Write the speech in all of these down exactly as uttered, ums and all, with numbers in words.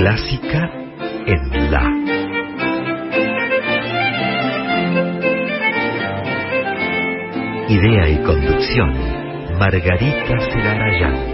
Clásica en La. Idea y conducción, Margarita Celarayán.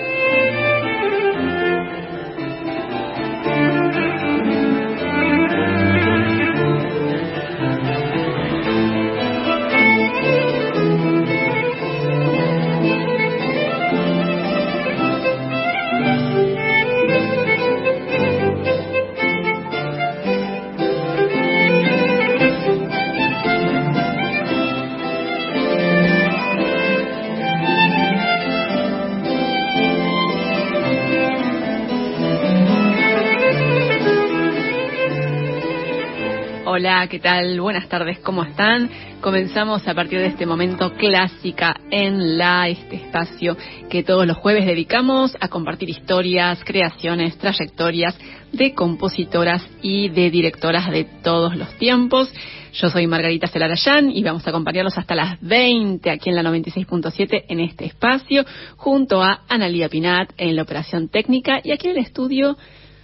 Hola, ¿qué tal? Buenas tardes, ¿cómo están? Comenzamos a partir de este momento Clásica en La, este espacio que todos los jueves dedicamos a compartir historias, creaciones, trayectorias de compositoras y de directoras de todos los tiempos. Yo soy Margarita Celarayán y vamos a acompañarlos hasta las veinte aquí en la noventa y seis punto siete en este espacio, junto a Analía Pinat en la operación técnica y aquí en el estudio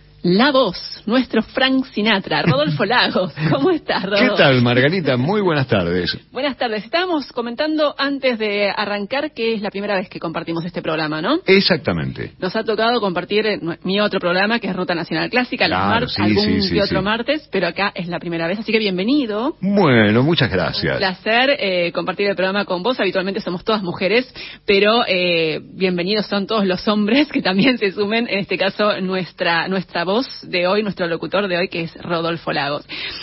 la voz, nuestro Frank Sinatra, Rodolfo Lagos. ¿Cómo estás, Rodolfo? ¿Qué tal, Margarita? Muy buenas tardes. Buenas tardes. Estábamos comentando antes de arrancar que es la primera vez que compartimos este programa, ¿no? Exactamente. Nos ha tocado compartir mi otro programa, que es Ruta Nacional Clásica, claro, los martes, sí, algún sí, sí, que otro sí. martes, pero acá es la primera vez, así que bienvenido. Bueno, muchas gracias. Un placer eh, compartir el programa con vos. Habitualmente somos todas mujeres, pero eh, bienvenidos son todos los hombres que también se sumen, en este caso nuestra nuestra voz de hoy, nuestro locutor de hoy, que es Rodolfo Lagos.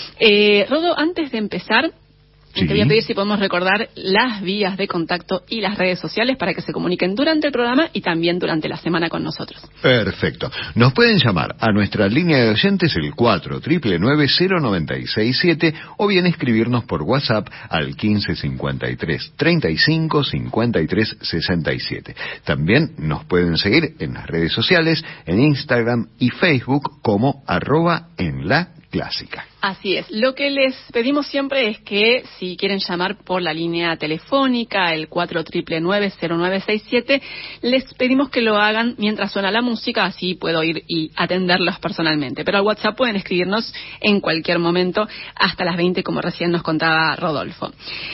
Eh, Rodo, antes de empezar, sí. te voy a pedir si podemos recordar las vías de contacto y las redes sociales para que se comuniquen durante el programa y también durante la semana con nosotros. Perfecto. Nos pueden llamar a nuestra línea de oyentes el cuatro nueve nueve cero nueve seis siete o bien escribirnos por WhatsApp al quince cincuenta y tres treinta y cinco cincuenta y tres sesenta y siete. También nos pueden seguir en las redes sociales, en Instagram y Facebook como arroba en la clásica. Así es. Lo que les pedimos siempre es que si quieren llamar por la línea telefónica, el cuatro nueve nueve cero nueve seis siete, les pedimos que lo hagan mientras suena la música, así puedo ir y atenderlos personalmente. Pero al WhatsApp pueden escribirnos en cualquier momento hasta las veinte, como recién nos contaba Rodolfo.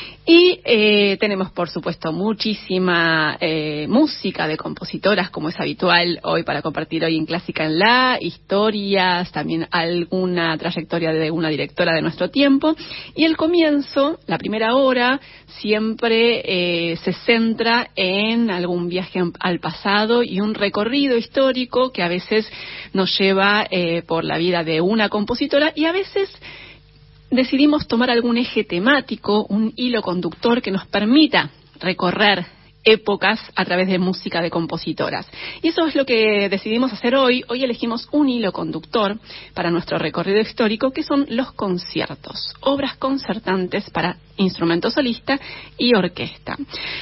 Y eh, tenemos, por supuesto, muchísima eh, música de compositoras, como es habitual hoy para compartir hoy en Clásica en La, historias, también alguna trayectoria de una directora de nuestro tiempo. Y el comienzo, la primera hora, siempre eh, se centra en algún viaje al pasado y un recorrido histórico que a veces nos lleva eh, por la vida de una compositora y a veces decidimos tomar algún eje temático, un hilo conductor que nos permita recorrer épocas a través de música de compositoras. Y eso es lo que decidimos hacer hoy. Hoy elegimos un hilo conductor para nuestro recorrido histórico, que son los conciertos, obras concertantes para instrumento solista y orquesta.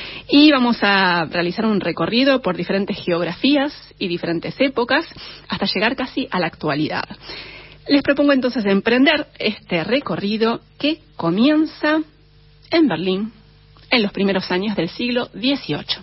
Y vamos a realizar un recorrido por diferentes geografías y diferentes épocas hasta llegar casi a la actualidad. Les propongo entonces emprender este recorrido que comienza en Berlín en los primeros años del siglo dieciocho.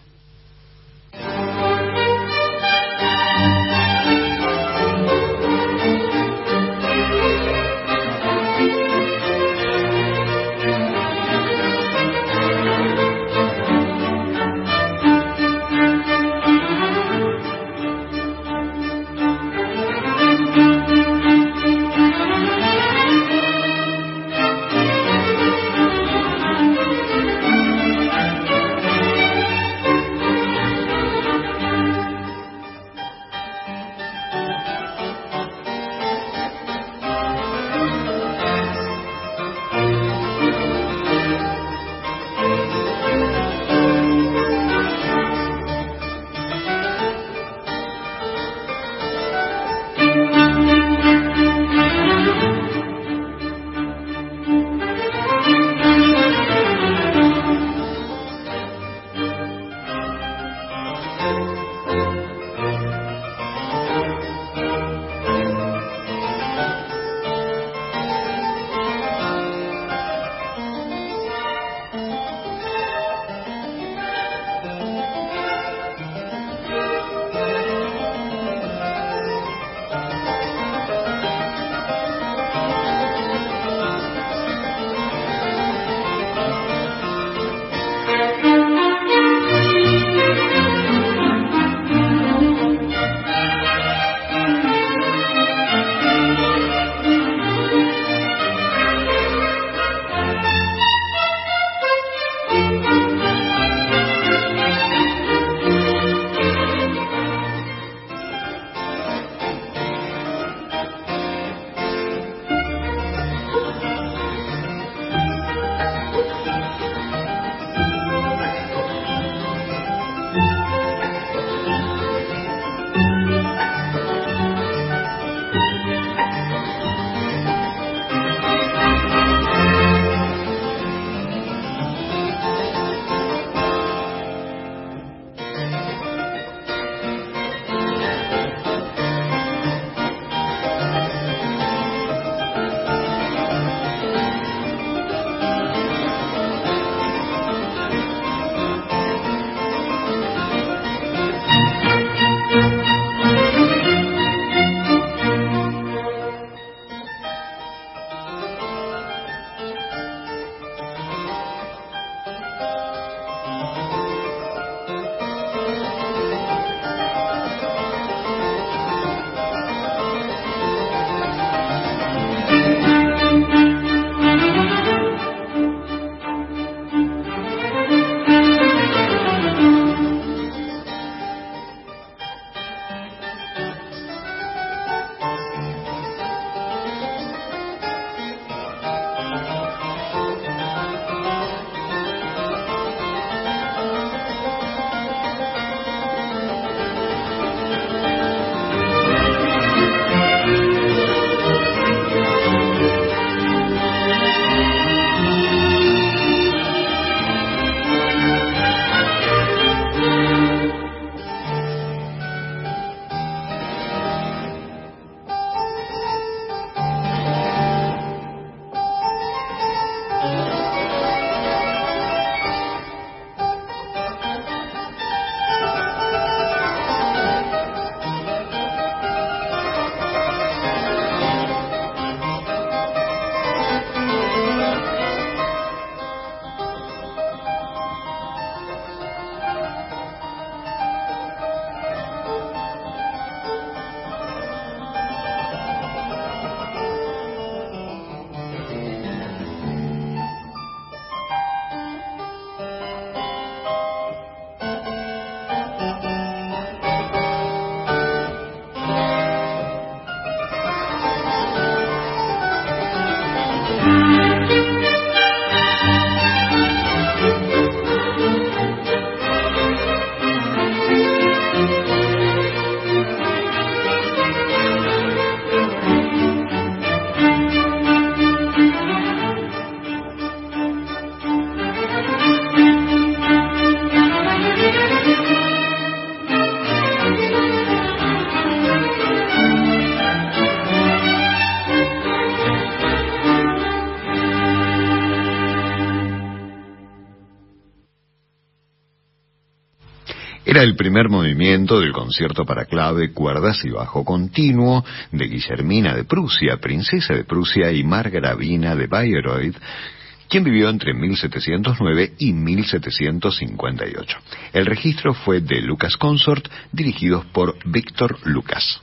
Era el primer movimiento del concierto para clave, cuerdas y bajo continuo de Guillermina de Prusia, princesa de Prusia y margravina de Bayreuth, quien vivió entre mil setecientos nueve y mil setecientos cincuenta y ocho. El registro fue de Lucas Consort, dirigidos por Víctor Lucas.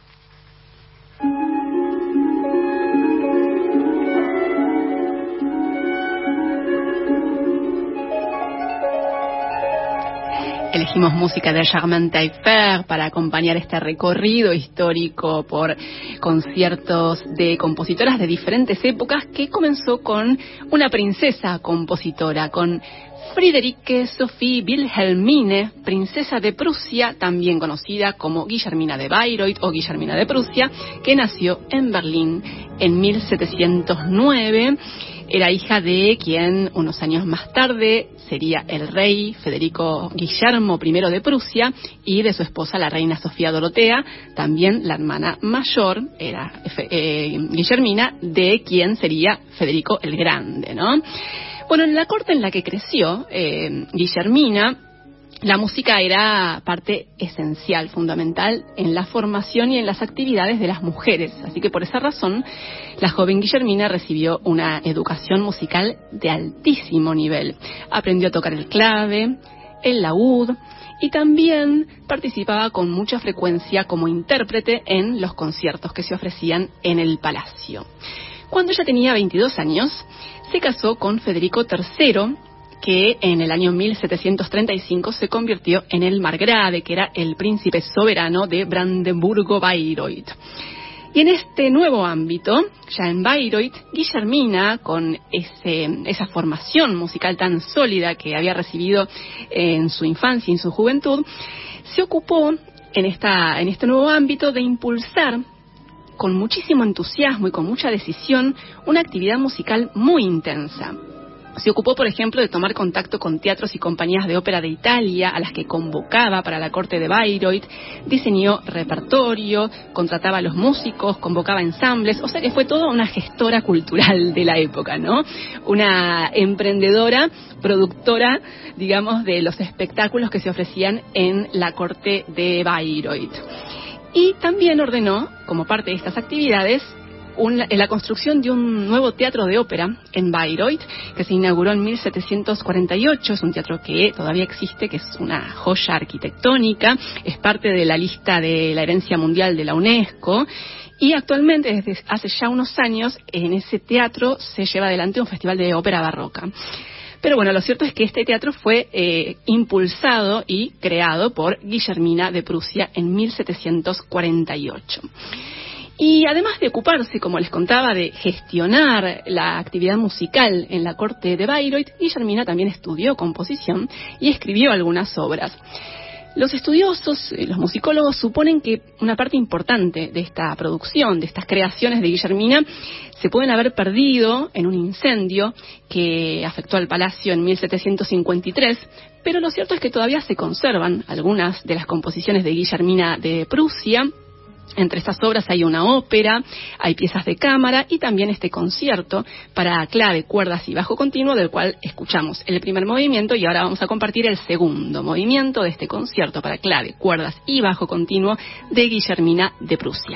Elegimos música de Germain Taillefer para acompañar este recorrido histórico por conciertos de compositoras de diferentes épocas, que comenzó con una princesa compositora, con Friederike Sophie Wilhelmine, princesa de Prusia, también conocida como Guillermina de Bayreuth o Guillermina de Prusia, que nació en Berlín en mil setecientos nueve. Era hija de quien unos años más tarde sería el rey Federico Guillermo primero de Prusia, y de su esposa la reina Sofía Dorotea, también la hermana mayor, era eh, Guillermina, de quien sería Federico el Grande, ¿no? Bueno, en la corte en la que creció eh, Guillermina, la música era parte esencial, fundamental en la formación y en las actividades de las mujeres. Así que por esa razón, la joven Guillermina recibió una educación musical de altísimo nivel. Aprendió a tocar el clave, el laúd, y también participaba con mucha frecuencia como intérprete en los conciertos que se ofrecían en el palacio. Cuando ella tenía veintidós años, se casó con Federico tercero, que en el año mil setecientos treinta y cinco se convirtió en el margrave, que era el príncipe soberano de Brandeburgo-Bayreuth. Y en este nuevo ámbito, ya en Bayreuth, Guillermina, con ese, esa formación musical tan sólida que había recibido en su infancia y en su juventud, se ocupó en, esta, en este nuevo ámbito de impulsar con muchísimo entusiasmo y con mucha decisión una actividad musical muy intensa. Se ocupó, por ejemplo, de tomar contacto con teatros y compañías de ópera de Italia, a las que convocaba para la corte de Bayreuth, diseñó repertorio, contrataba a los músicos, convocaba ensambles, o sea que fue toda una gestora cultural de la época, ¿no? Una emprendedora, productora, digamos, de los espectáculos que se ofrecían en la corte de Bayreuth. Y también ordenó, como parte de estas actividades, Un, la construcción de un nuevo teatro de ópera en Bayreuth, que se inauguró en mil setecientos cuarenta y ocho. Es un teatro que todavía existe, que es una joya arquitectónica, es parte de la lista de la herencia mundial de la UNESCO, y actualmente, desde hace ya unos años, en ese teatro se lleva adelante un festival de ópera barroca. Pero bueno, lo cierto es que este teatro fue eh, impulsado y creado por Guillermina de Prusia en mil setecientos cuarenta y ocho. Y además de ocuparse, como les contaba, de gestionar la actividad musical en la corte de Bayreuth, Guillermina también estudió composición y escribió algunas obras. Los estudiosos, los musicólogos, suponen que una parte importante de esta producción, de estas creaciones de Guillermina, se pueden haber perdido en un incendio que afectó al palacio en mil setecientos cincuenta y tres, pero lo cierto es que todavía se conservan algunas de las composiciones de Guillermina de Prusia. Entre estas obras hay una ópera, hay piezas de cámara y también este concierto para clave, cuerdas y bajo continuo, del cual escuchamos el primer movimiento, y ahora vamos a compartir el segundo movimiento de este concierto para clave, cuerdas y bajo continuo de Guillermina de Prusia.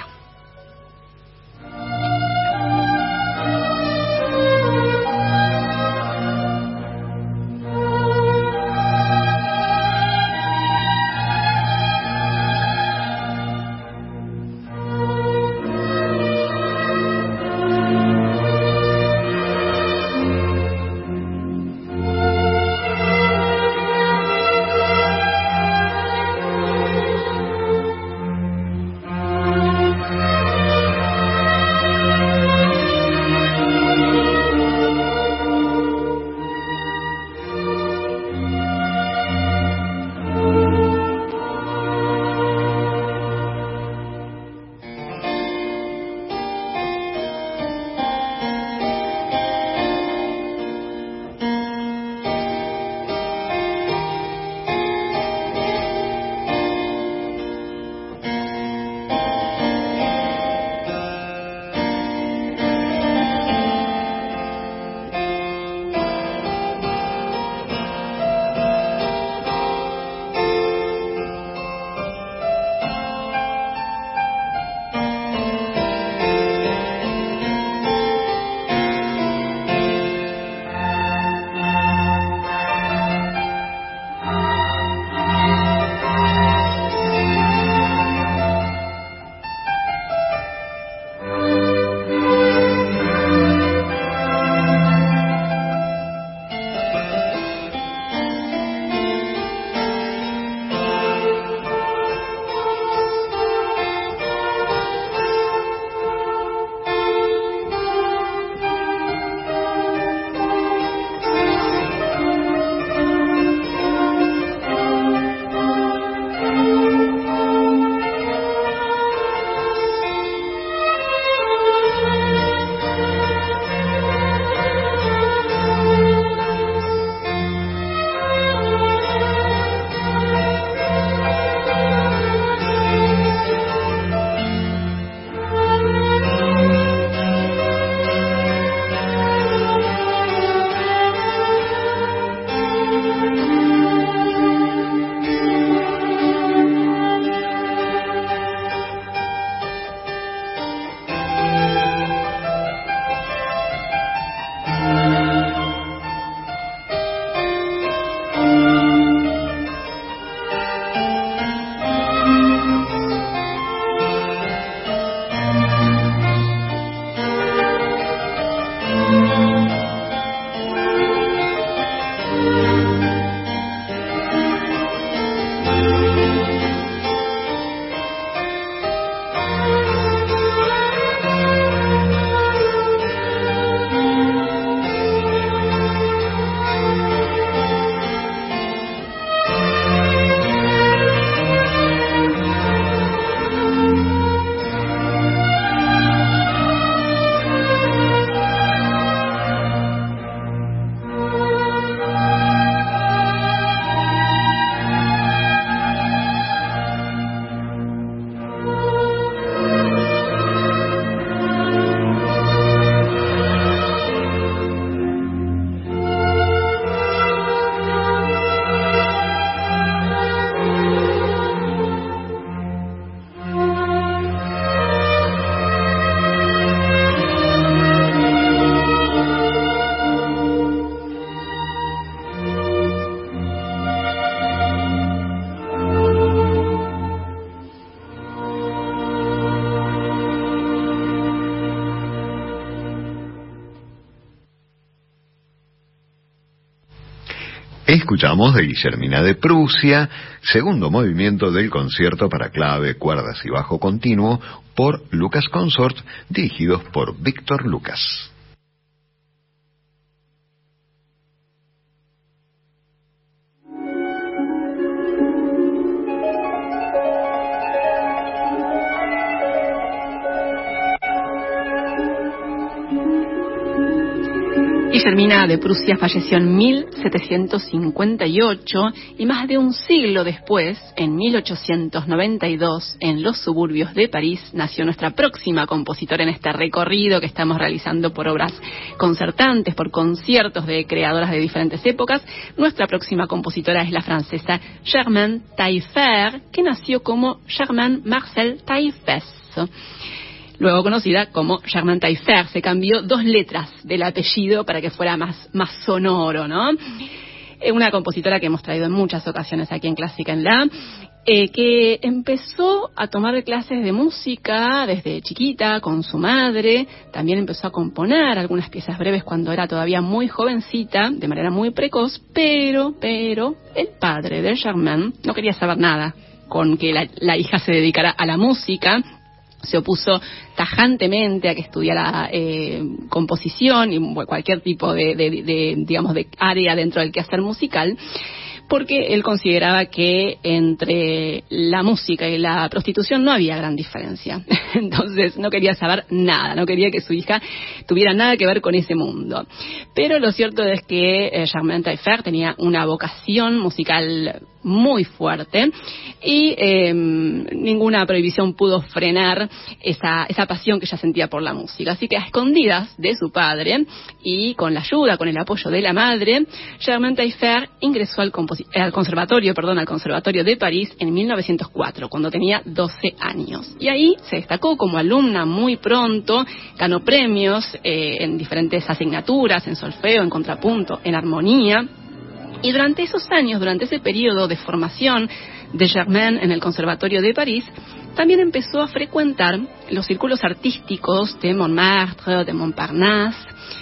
Escuchamos de Guillermina de Prusia, segundo movimiento del concierto para clave, cuerdas y bajo continuo por Lucas Consort, dirigidos por Víctor Lucas. Guillermina de Prusia falleció en mil setecientos cincuenta y ocho y más de un siglo después, en mil ochocientos noventa y dos, en los suburbios de París, nació nuestra próxima compositora en este recorrido que estamos realizando por obras concertantes, por conciertos de creadoras de diferentes épocas. Nuestra próxima compositora es la francesa Germaine Taillefer, que nació como Germaine Marcel Taillefes, luego conocida como Germaine Taillefer. Se cambió dos letras del apellido para que fuera más, más sonoro, ¿no? Eh, una compositora que hemos traído en muchas ocasiones aquí en Clásica en La, eh, que empezó a tomar clases de música desde chiquita con su madre. También empezó a componer algunas piezas breves cuando era todavía muy jovencita, de manera muy precoz, pero, pero, el padre de Germaine no quería saber nada con que la, la hija se dedicara a la música. Se opuso tajantemente a que estudiara eh, composición y cualquier tipo de, de, de, de, digamos, de área dentro del quehacer musical, porque él consideraba que entre la música y la prostitución no había gran diferencia. Entonces no quería saber nada, no quería que su hija tuviera nada que ver con ese mundo. Pero lo cierto es que eh, Germaine Taillefer tenía una vocación musical muy fuerte y eh, ninguna prohibición pudo frenar esa, esa pasión que ella sentía por la música. Así que a escondidas de su padre y con la ayuda, con el apoyo de la madre, Germaine Taillefer ingresó al, al conservatorio, perdón, al conservatorio de París en mil novecientos cuatro, cuando tenía doce años. Y ahí se destacó como alumna muy pronto, ganó premios eh, en diferentes asignaturas, en solfeo, en contrapunto, en armonía. Y durante esos años, durante ese periodo de formación de Germaine en el Conservatorio de París, también empezó a frecuentar los círculos artísticos de Montmartre, de Montparnasse,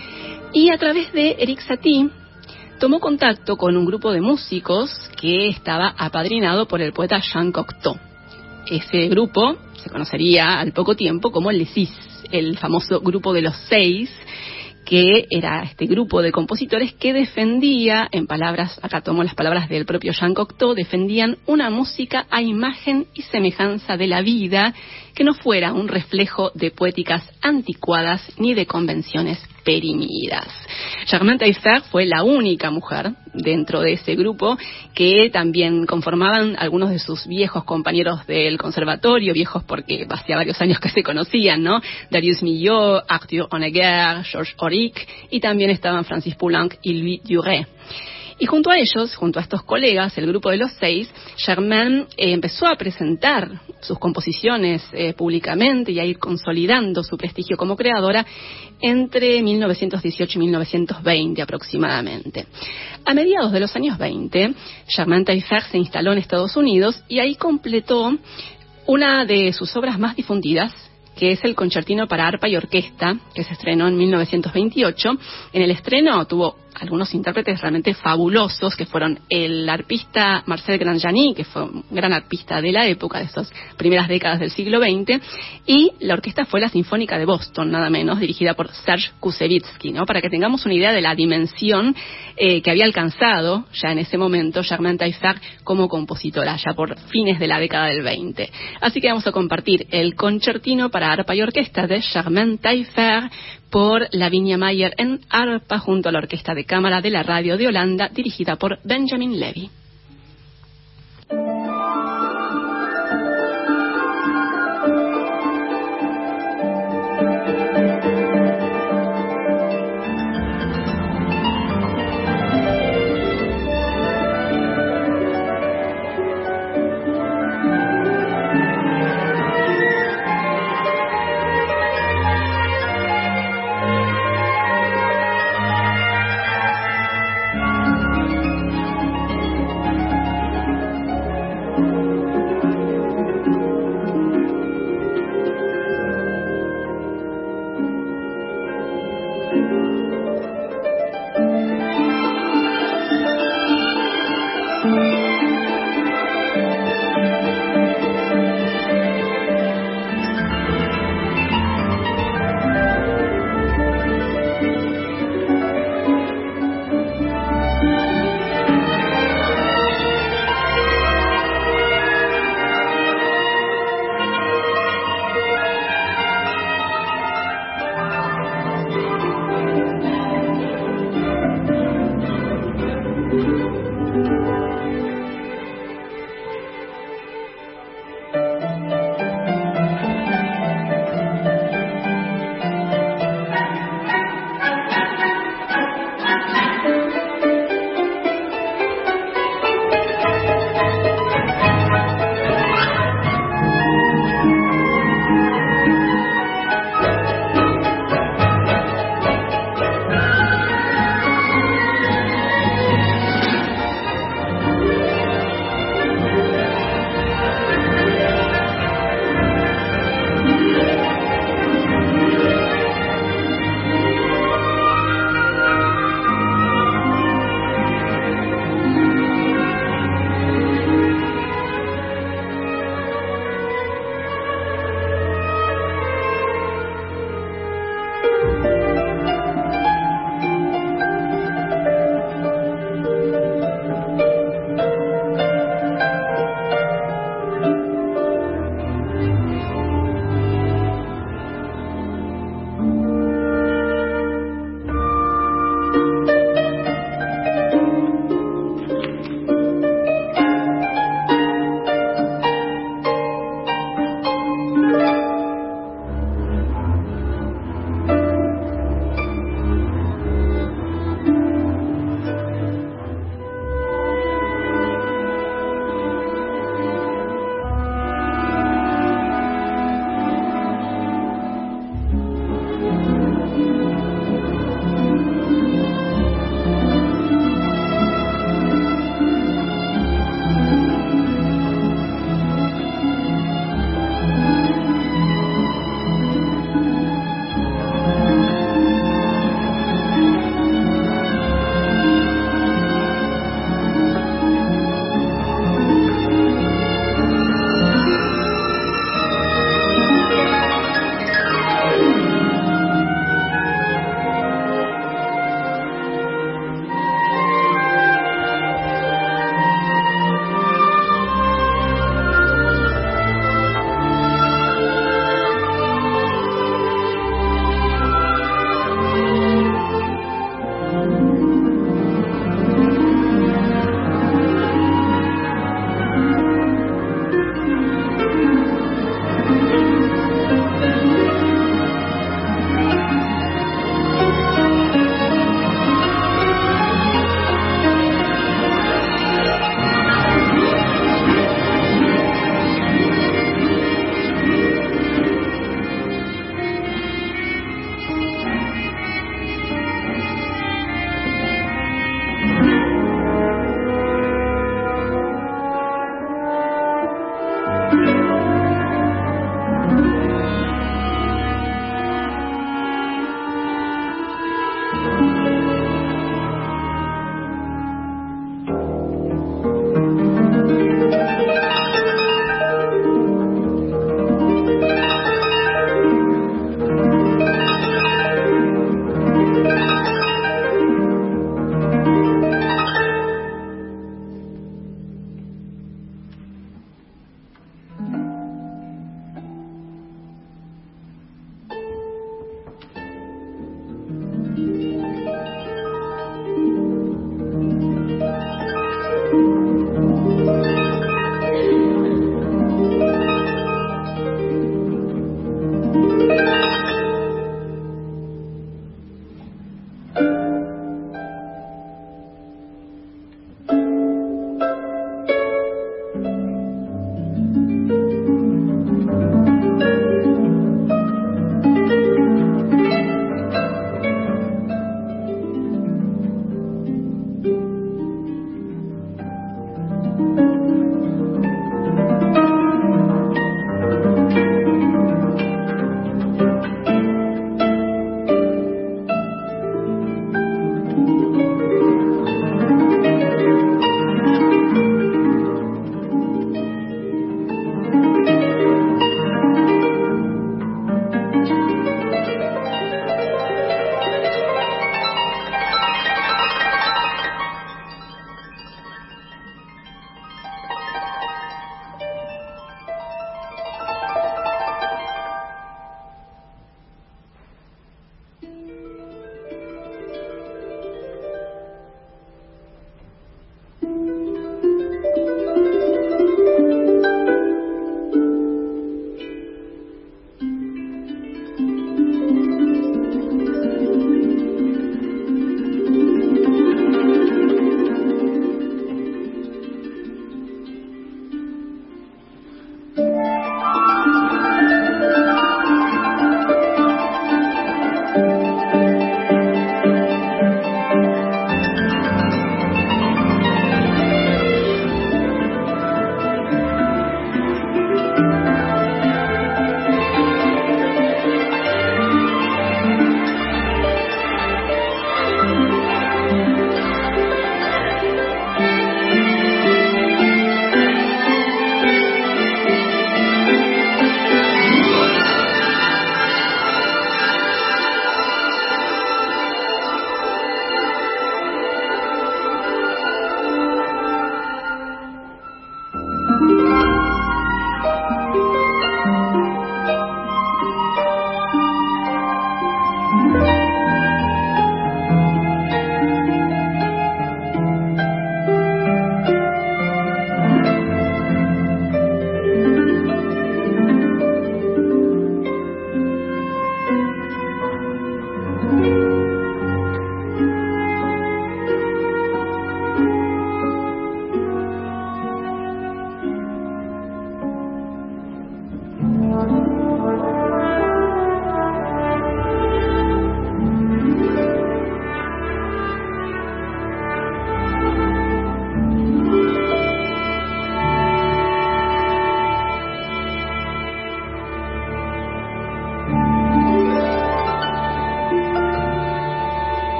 y a través de Erik Satie tomó contacto con un grupo de músicos que estaba apadrinado por el poeta Jean Cocteau. Ese grupo se conocería al poco tiempo como Les Six, el famoso grupo de los seis, que era este grupo de compositores que defendía, en palabras, acá tomo las palabras del propio Jean Cocteau, defendían una música a imagen y semejanza de la vida, que no fuera un reflejo de poéticas anticuadas ni de convenciones perimidas. Germaine Taillefer fue la única mujer dentro de ese grupo, que también conformaban algunos de sus viejos compañeros del conservatorio, viejos porque hacía varios años que se conocían, ¿no? Darius Milhaud, Arthur Honegger, Georges Auric, y también estaban Francis Poulenc y Louis Duret. Y junto a ellos, junto a estos colegas, el grupo de los seis, Germaine eh, empezó a presentar sus composiciones eh, públicamente y a ir consolidando su prestigio como creadora entre mil novecientos dieciocho y mil novecientos veinte aproximadamente. A mediados de los años veinte, Germaine Taillefer se instaló en Estados Unidos y ahí completó una de sus obras más difundidas, que es el Concertino para arpa y orquesta, que se estrenó en mil novecientos veintiocho. En el estreno tuvo algunos intérpretes realmente fabulosos, que fueron el arpista Marcel Grandjani, que fue un gran arpista de la época, de esas primeras décadas del siglo veinte, y la orquesta fue la Sinfónica de Boston, nada menos, dirigida por Serge Koussevitzky, ¿no? Para que tengamos una idea de la dimensión eh, que había alcanzado ya en ese momento Germaine Taillefer como compositora, ya por fines de la década del veinte. Así que vamos a compartir el Concertino para arpa y orquesta de Germaine Taillefer por Lavinia Mayer en arpa, junto a la Orquesta de Cámara de la Radio de Holanda, dirigida por Benjamin Levy.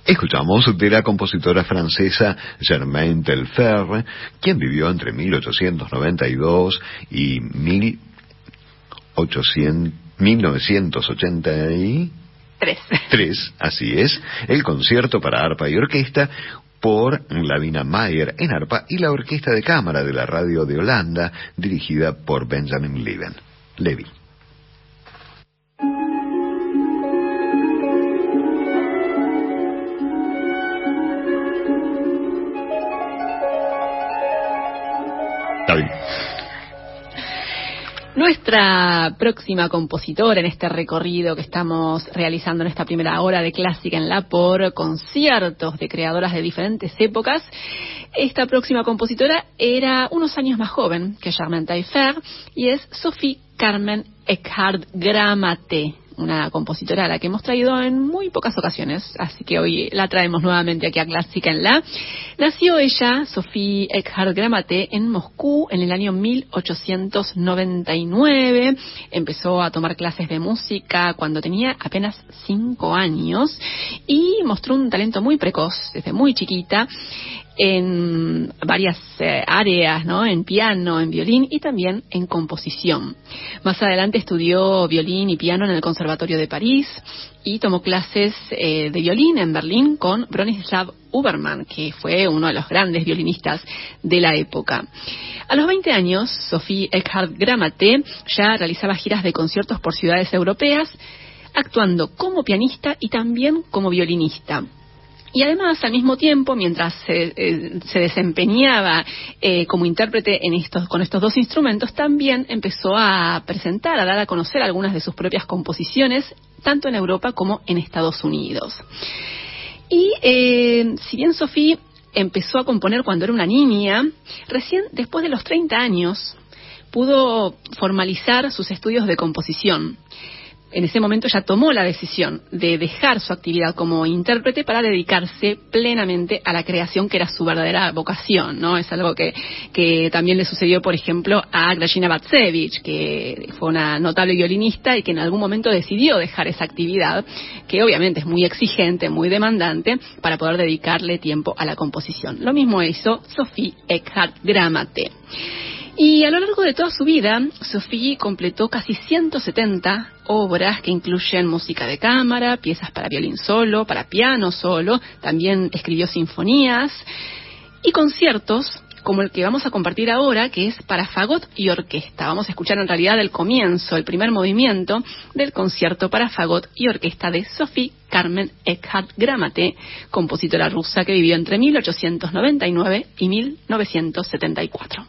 Escuchamos de la compositora francesa Germaine Telfer, quien vivió entre mil ochocientos noventa y dos y mil novecientos ochenta y tres, así es, el concierto para arpa y orquesta por Lavina Mayer en arpa y la Orquesta de Cámara de la Radio de Holanda, dirigida por Benjamin Leven. Levy. Está bien. Nuestra próxima compositora en este recorrido que estamos realizando en esta primera hora de Clásica en la por conciertos de creadoras de diferentes épocas, esta próxima compositora era unos años más joven que Germaine Telfer y es Sophie Carmen Eckhardt Gramate, una compositora a la que hemos traído en muy pocas ocasiones, así que hoy la traemos nuevamente aquí a Clásica en la. Nació ella, Sophie Eckhardt Gramate, en Moscú en el año mil ochocientos noventa y nueve. Empezó a tomar clases de música cuando tenía apenas cinco años y mostró un talento muy precoz desde muy chiquita en varias eh, áreas, ¿no? En piano, en violín y también en composición. Más adelante estudió violín y piano en el Conservatorio de París y tomó clases eh, de violín en Berlín con Bronislaw Huberman, que fue uno de los grandes violinistas de la época. A los veinte años, Sophie Eckhardt Gramate ya realizaba giras de conciertos por ciudades europeas, actuando como pianista y también como violinista. Y además, al mismo tiempo, mientras se, eh, se desempeñaba eh, como intérprete en estos, con estos dos instrumentos, también empezó a presentar, a dar a conocer algunas de sus propias composiciones, tanto en Europa como en Estados Unidos. Y eh, si bien Sophie empezó a componer cuando era una niña, recién después de los treinta años pudo formalizar sus estudios de composición. En ese momento ya tomó la decisión de dejar su actividad como intérprete para dedicarse plenamente a la creación, que era su verdadera vocación, ¿no? Es algo que, que también le sucedió, por ejemplo, a Grażyna Bacewicz, que fue una notable violinista y que en algún momento decidió dejar esa actividad, que obviamente es muy exigente, muy demandante, para poder dedicarle tiempo a la composición. Lo mismo hizo Sophie Eckhardt Gramate. Y a lo largo de toda su vida, Sophie completó casi ciento setenta obras que incluyen música de cámara, piezas para violín solo, para piano solo, también escribió sinfonías y conciertos como el que vamos a compartir ahora, que es para fagot y orquesta. Vamos a escuchar en realidad el comienzo, el primer movimiento del concierto para fagot y orquesta de Sophie Carmen Eckhardt Gramate, compositora rusa que vivió entre mil ochocientos noventa y nueve y mil novecientos setenta y cuatro.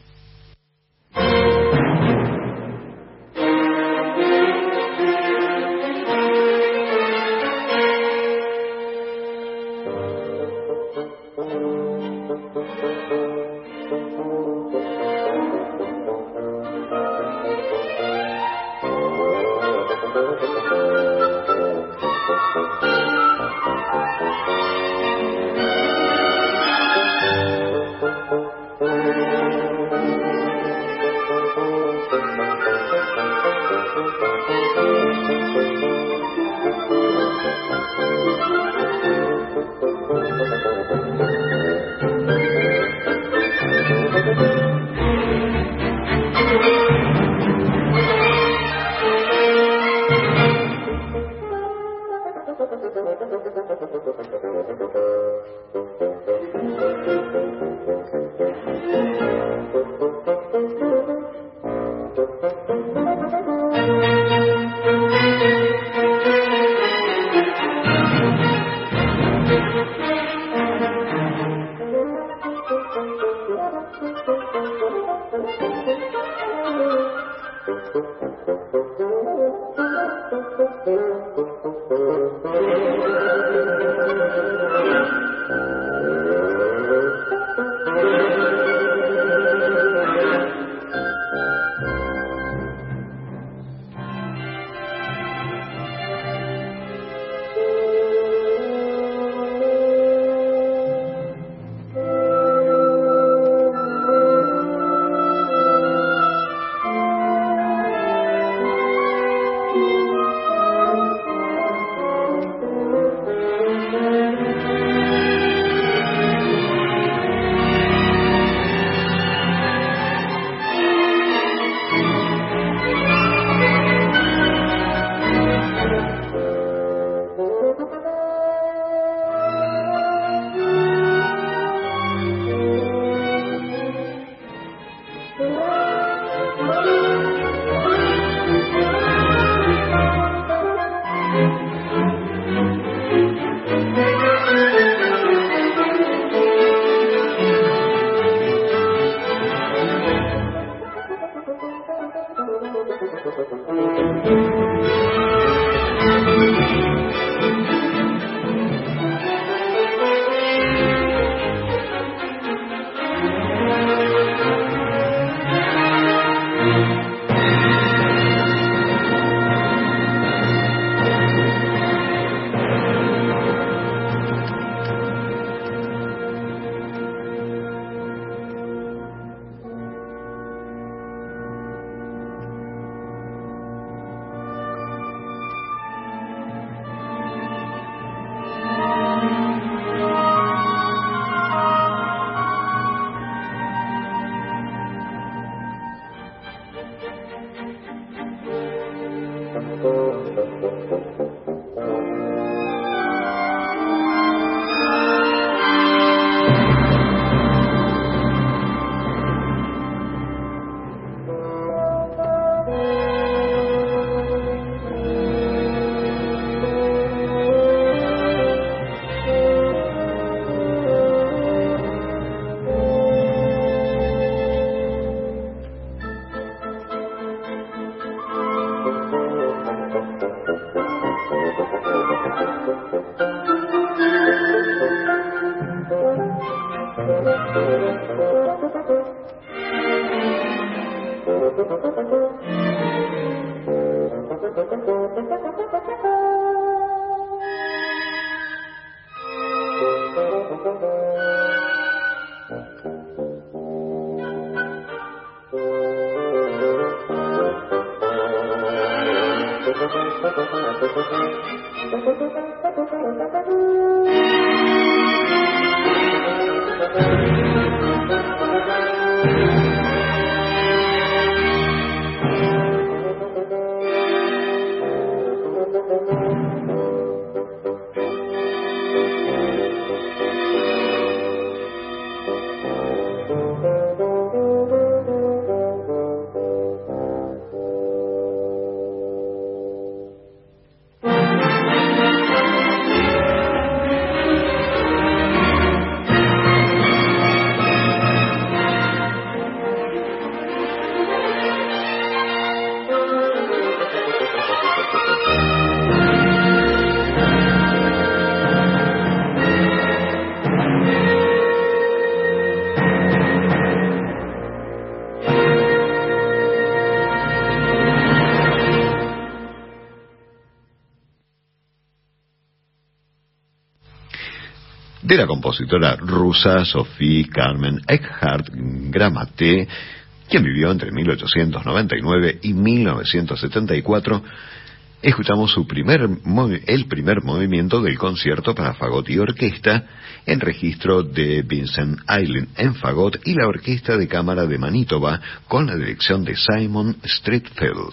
De la compositora rusa Sophie Carmen Eckhardt-Gramate, quien vivió entre mil ochocientos noventa y nueve y mil novecientos setenta y cuatro, escuchamos su primer el primer movimiento del concierto para fagot y orquesta, en registro de Vincent Ayling en fagot y la Orquesta de Cámara de Manitoba, con la dirección de Simon Streatfeild.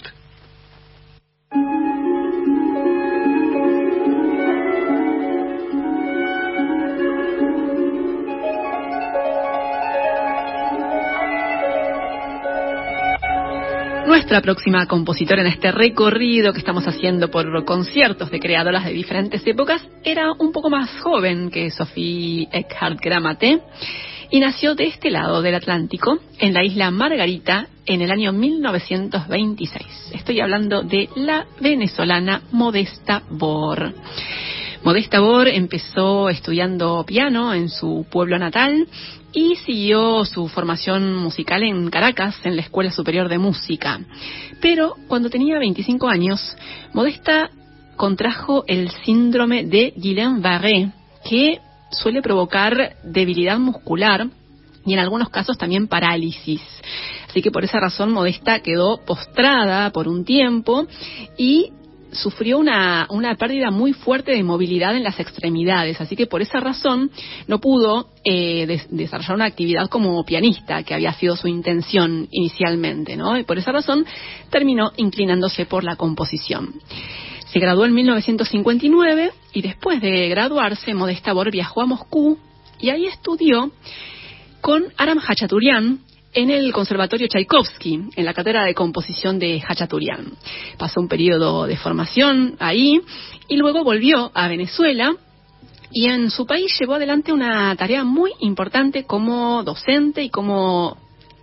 Nuestra próxima compositora en este recorrido que estamos haciendo por conciertos de creadoras de diferentes épocas era un poco más joven que Sophie Eckhardt-Gramate y nació de este lado del Atlántico, en la isla Margarita, en el año mil novecientos veintiséis. Estoy hablando de la venezolana Modesta Bor. Modesta Bor empezó estudiando piano en su pueblo natal y siguió su formación musical en Caracas, en la Escuela Superior de Música. Pero cuando tenía veinticinco años, Modesta contrajo el síndrome de Guillain-Barré, que suele provocar debilidad muscular y en algunos casos también parálisis. Así que por esa razón Modesta quedó postrada por un tiempo y sufrió una, una pérdida muy fuerte de movilidad en las extremidades, así que por esa razón no pudo eh, des- desarrollar una actividad como pianista, que había sido su intención inicialmente, ¿no? Y por esa razón terminó inclinándose por la composición. Se graduó en mil novecientos cincuenta y nueve y después de graduarse, Modesta Bor viajó a Moscú y ahí estudió con Aram Hachaturian en el Conservatorio Tchaikovsky, en la cátedra de composición de Hachaturian. Pasó un periodo de formación ahí y luego volvió a Venezuela y en su país llevó adelante una tarea muy importante como docente y como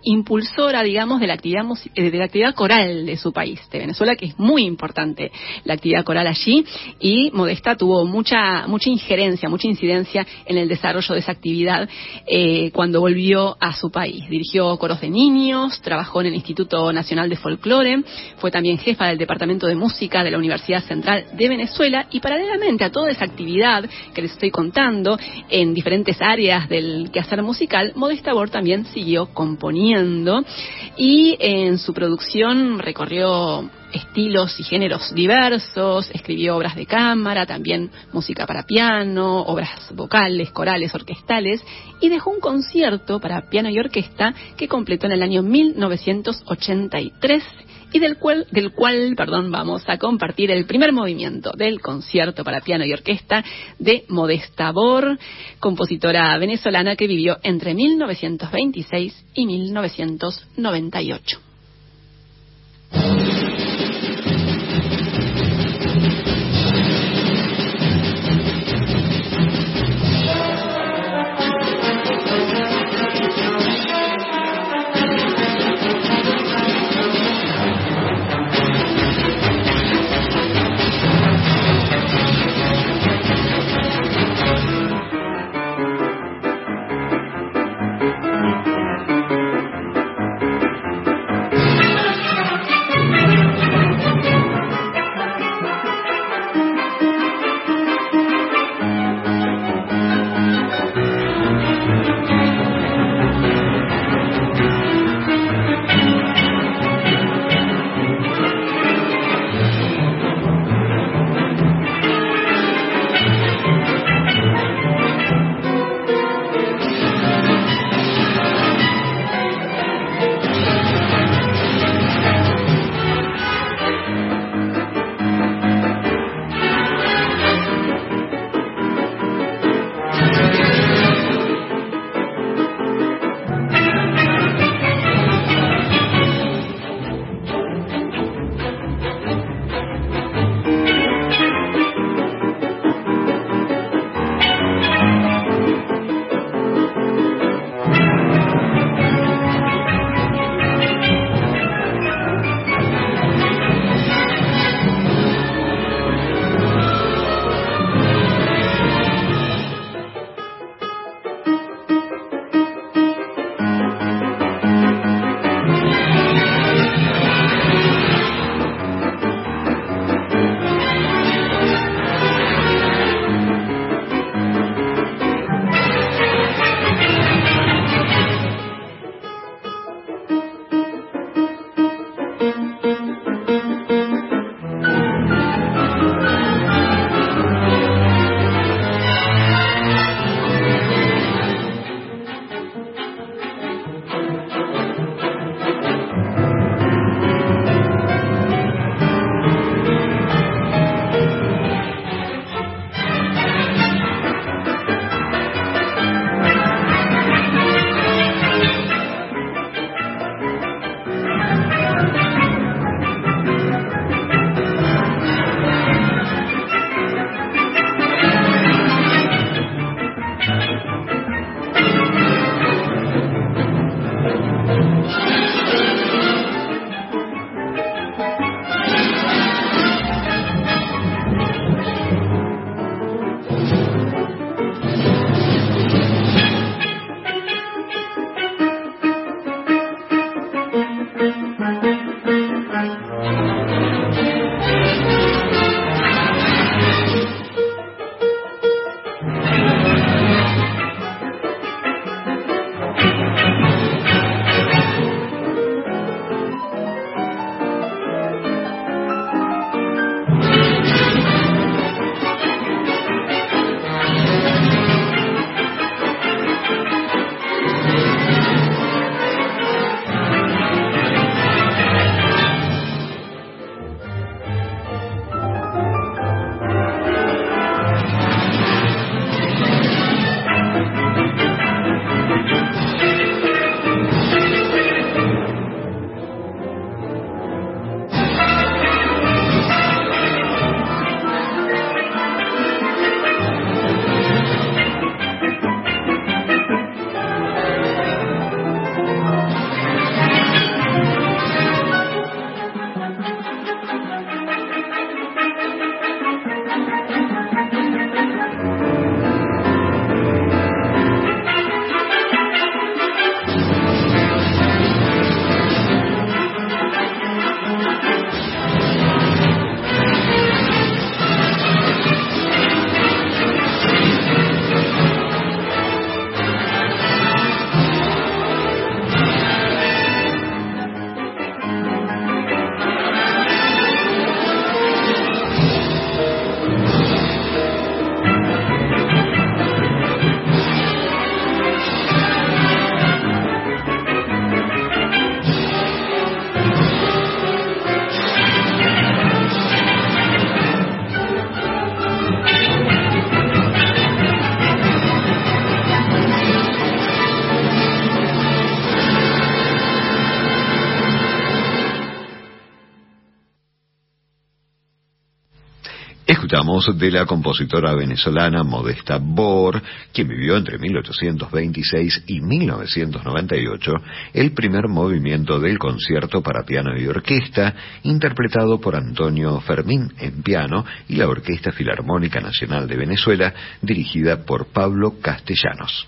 impulsora, digamos, de la actividad de la actividad coral de su país, de Venezuela, que es muy importante la actividad coral allí, y Modesta tuvo mucha mucha injerencia, mucha incidencia en el desarrollo de esa actividad eh, cuando volvió a su país. Dirigió coros de niños, trabajó en el Instituto Nacional de Folclore, fue también jefa del Departamento de Música de la Universidad Central de Venezuela, y paralelamente a toda esa actividad que les estoy contando en diferentes áreas del quehacer musical, Modesta Bor también siguió componiendo, y en su producción recorrió estilos y géneros diversos, escribió obras de cámara, también música para piano, obras vocales, corales, orquestales, y dejó un concierto para piano y orquesta que completó en el año mil novecientos ochenta y tres, y del cual, del cual perdón, vamos a compartir el primer movimiento del concierto para piano y orquesta de Modesta Bor, compositora venezolana que vivió entre mil novecientos veintiséis y mil novecientos noventa y ocho. Escuchamos de la compositora venezolana Modesta Bor, quien vivió entre mil ochocientos veintiséis y mil novecientos noventa y ocho, el primer movimiento del concierto para piano y orquesta, interpretado por Antonio Fermín en piano y la Orquesta Filarmónica Nacional de Venezuela, dirigida por Pablo Castellanos.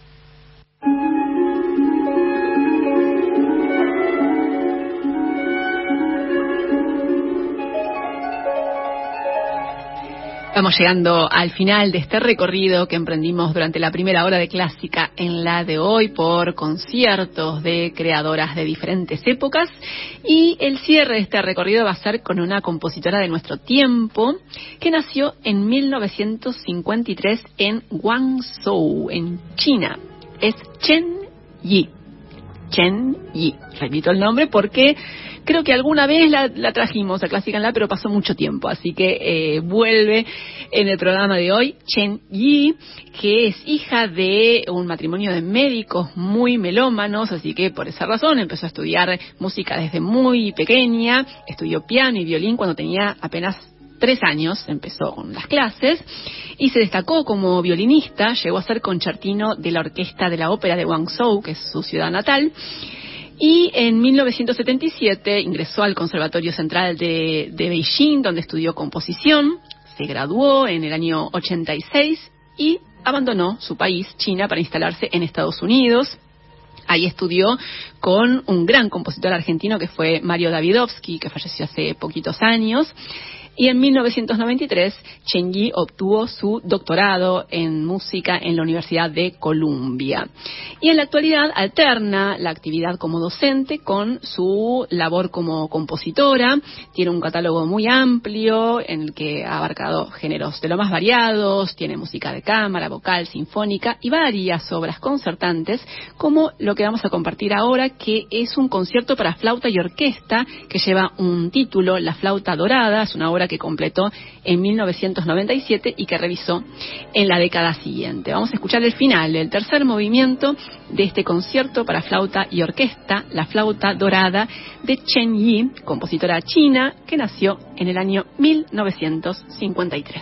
Vamos llegando al final de este recorrido que emprendimos durante la primera hora de Clásica en la de hoy por conciertos de creadoras de diferentes épocas, y el cierre de este recorrido va a ser con una compositora de nuestro tiempo que nació en mil novecientos cincuenta y tres en Guangzhou, en China. Es Chen Yi. Chen Yi. Repito el nombre porque creo que alguna vez la, la trajimos a Clásica en la, pero pasó mucho tiempo, así que eh, vuelve en el programa de hoy Chen Yi, que es hija de un matrimonio de médicos muy melómanos, así que por esa razón empezó a estudiar música desde muy pequeña, estudió piano y violín cuando tenía apenas tres años, empezó con las clases y se destacó como violinista, llegó a ser concertino de la Orquesta de la Ópera de Guangzhou, que es su ciudad natal. Y en mil novecientos setenta y siete ingresó al Conservatorio Central de, de Beijing, donde estudió composición, se graduó en el año ochenta y seis y abandonó su país, China, para instalarse en Estados Unidos. Ahí estudió con un gran compositor argentino que fue Mario Davidovsky, que falleció hace poquitos años. Y en mil novecientos noventa y tres, Chen Yi obtuvo su doctorado en música en la Universidad de Columbia. Y en la actualidad alterna la actividad como docente con su labor como compositora. Tiene un catálogo muy amplio en el que ha abarcado géneros de lo más variados. Tiene música de cámara, vocal, sinfónica y varias obras concertantes, como lo que vamos a compartir ahora, que es un concierto para flauta y orquesta que lleva un título, La Flauta Dorada. Es una obra que completó en mil novecientos noventa y siete y que revisó en la década siguiente. Vamos a escuchar el final, el tercer movimiento de este concierto para flauta y orquesta, La Flauta Dorada, de Chen Yi, compositora china que nació en el año mil novecientos cincuenta y tres.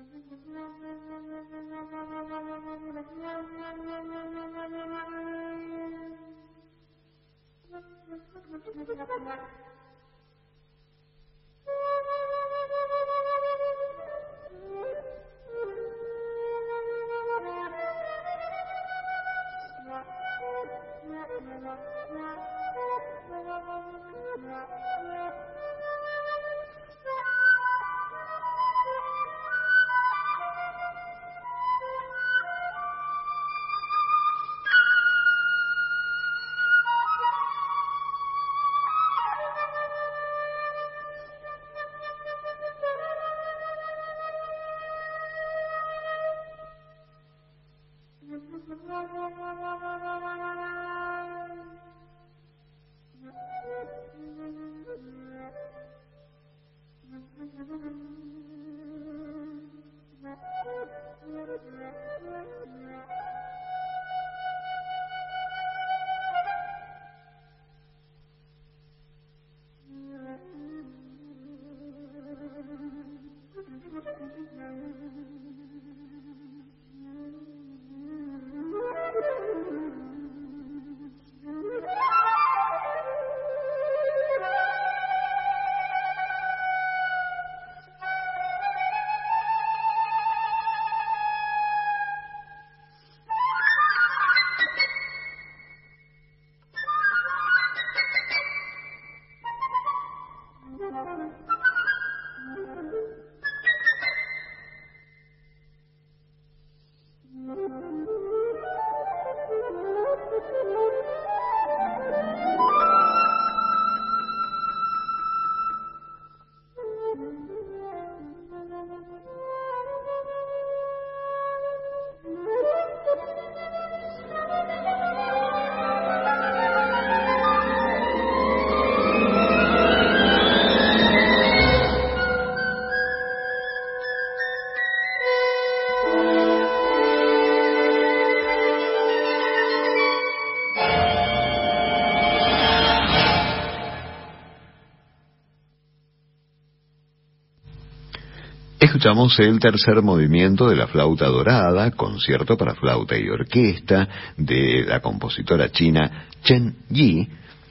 Escuchamos el tercer movimiento de la flauta dorada, concierto para flauta y orquesta de la compositora china Chen Yi,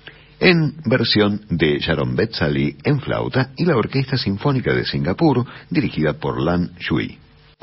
en versión de Sharon Betzali en flauta y la Orquesta Sinfónica de Singapur, dirigida por Lan Shui.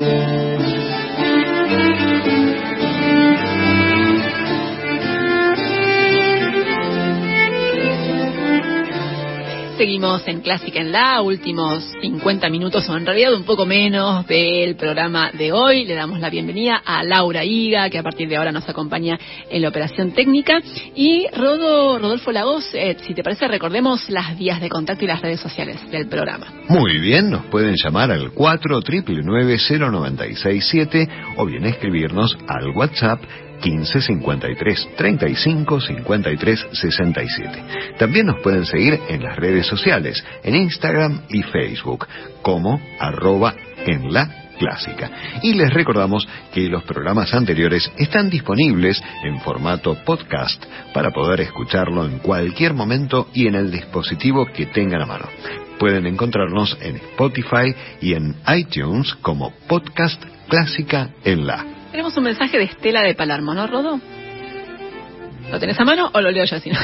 Seguimos en Clásica en La, últimos cincuenta minutos o en realidad un poco menos del programa de hoy. Le damos la bienvenida a Laura Higa, que a partir de ahora nos acompaña en la operación técnica. Y Rodo, Rodolfo Lagos, eh, si te parece, recordemos las vías de contacto y las redes sociales del programa. Muy bien, nos pueden llamar al cuatro nueve nueve cero nueve seis siete o bien escribirnos al WhatsApp quince cincuenta y tres treinta y cinco cincuenta y tres sesenta y siete. También nos pueden seguir en las redes sociales, en Instagram y Facebook, como arroba en la clásica. Y les recordamos que los programas anteriores están disponibles en formato podcast para poder escucharlo en cualquier momento y en el dispositivo que tengan a mano. Pueden encontrarnos en Spotify y en iTunes como Podcast Clásica en La. Tenemos un mensaje de Estela de Palermo, ¿no, Rodo? ¿Lo tenés a mano o lo leo yo si no?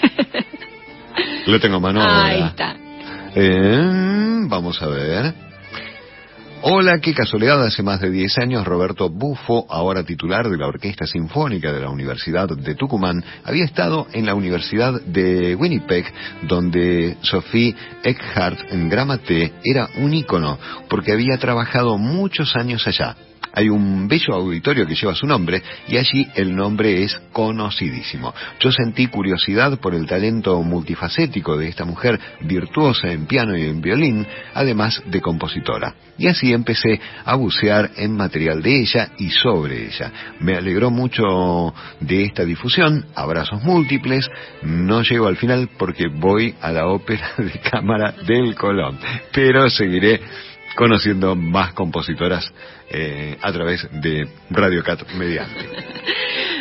Lo tengo a mano. Ahí ahora. está. Eh, vamos a ver. Hola, qué casualidad, hace más de diez años Roberto Bufo, ahora titular de la Orquesta Sinfónica de la Universidad de Tucumán, había estado en la Universidad de Winnipeg, donde Sophie Eckhardt en Grammaté era un ícono, porque había trabajado muchos años allá. Hay un bello auditorio que lleva su nombre y allí el nombre es conocidísimo. Yo sentí curiosidad por el talento multifacético de esta mujer virtuosa en piano y en violín, además de compositora. Y así empecé a bucear en material de ella y sobre ella. Me alegró mucho de esta difusión, abrazos múltiples. No llego al final porque voy a la ópera de cámara del Colón, pero seguiré conociendo más compositoras eh, a través de Radio Cat mediante.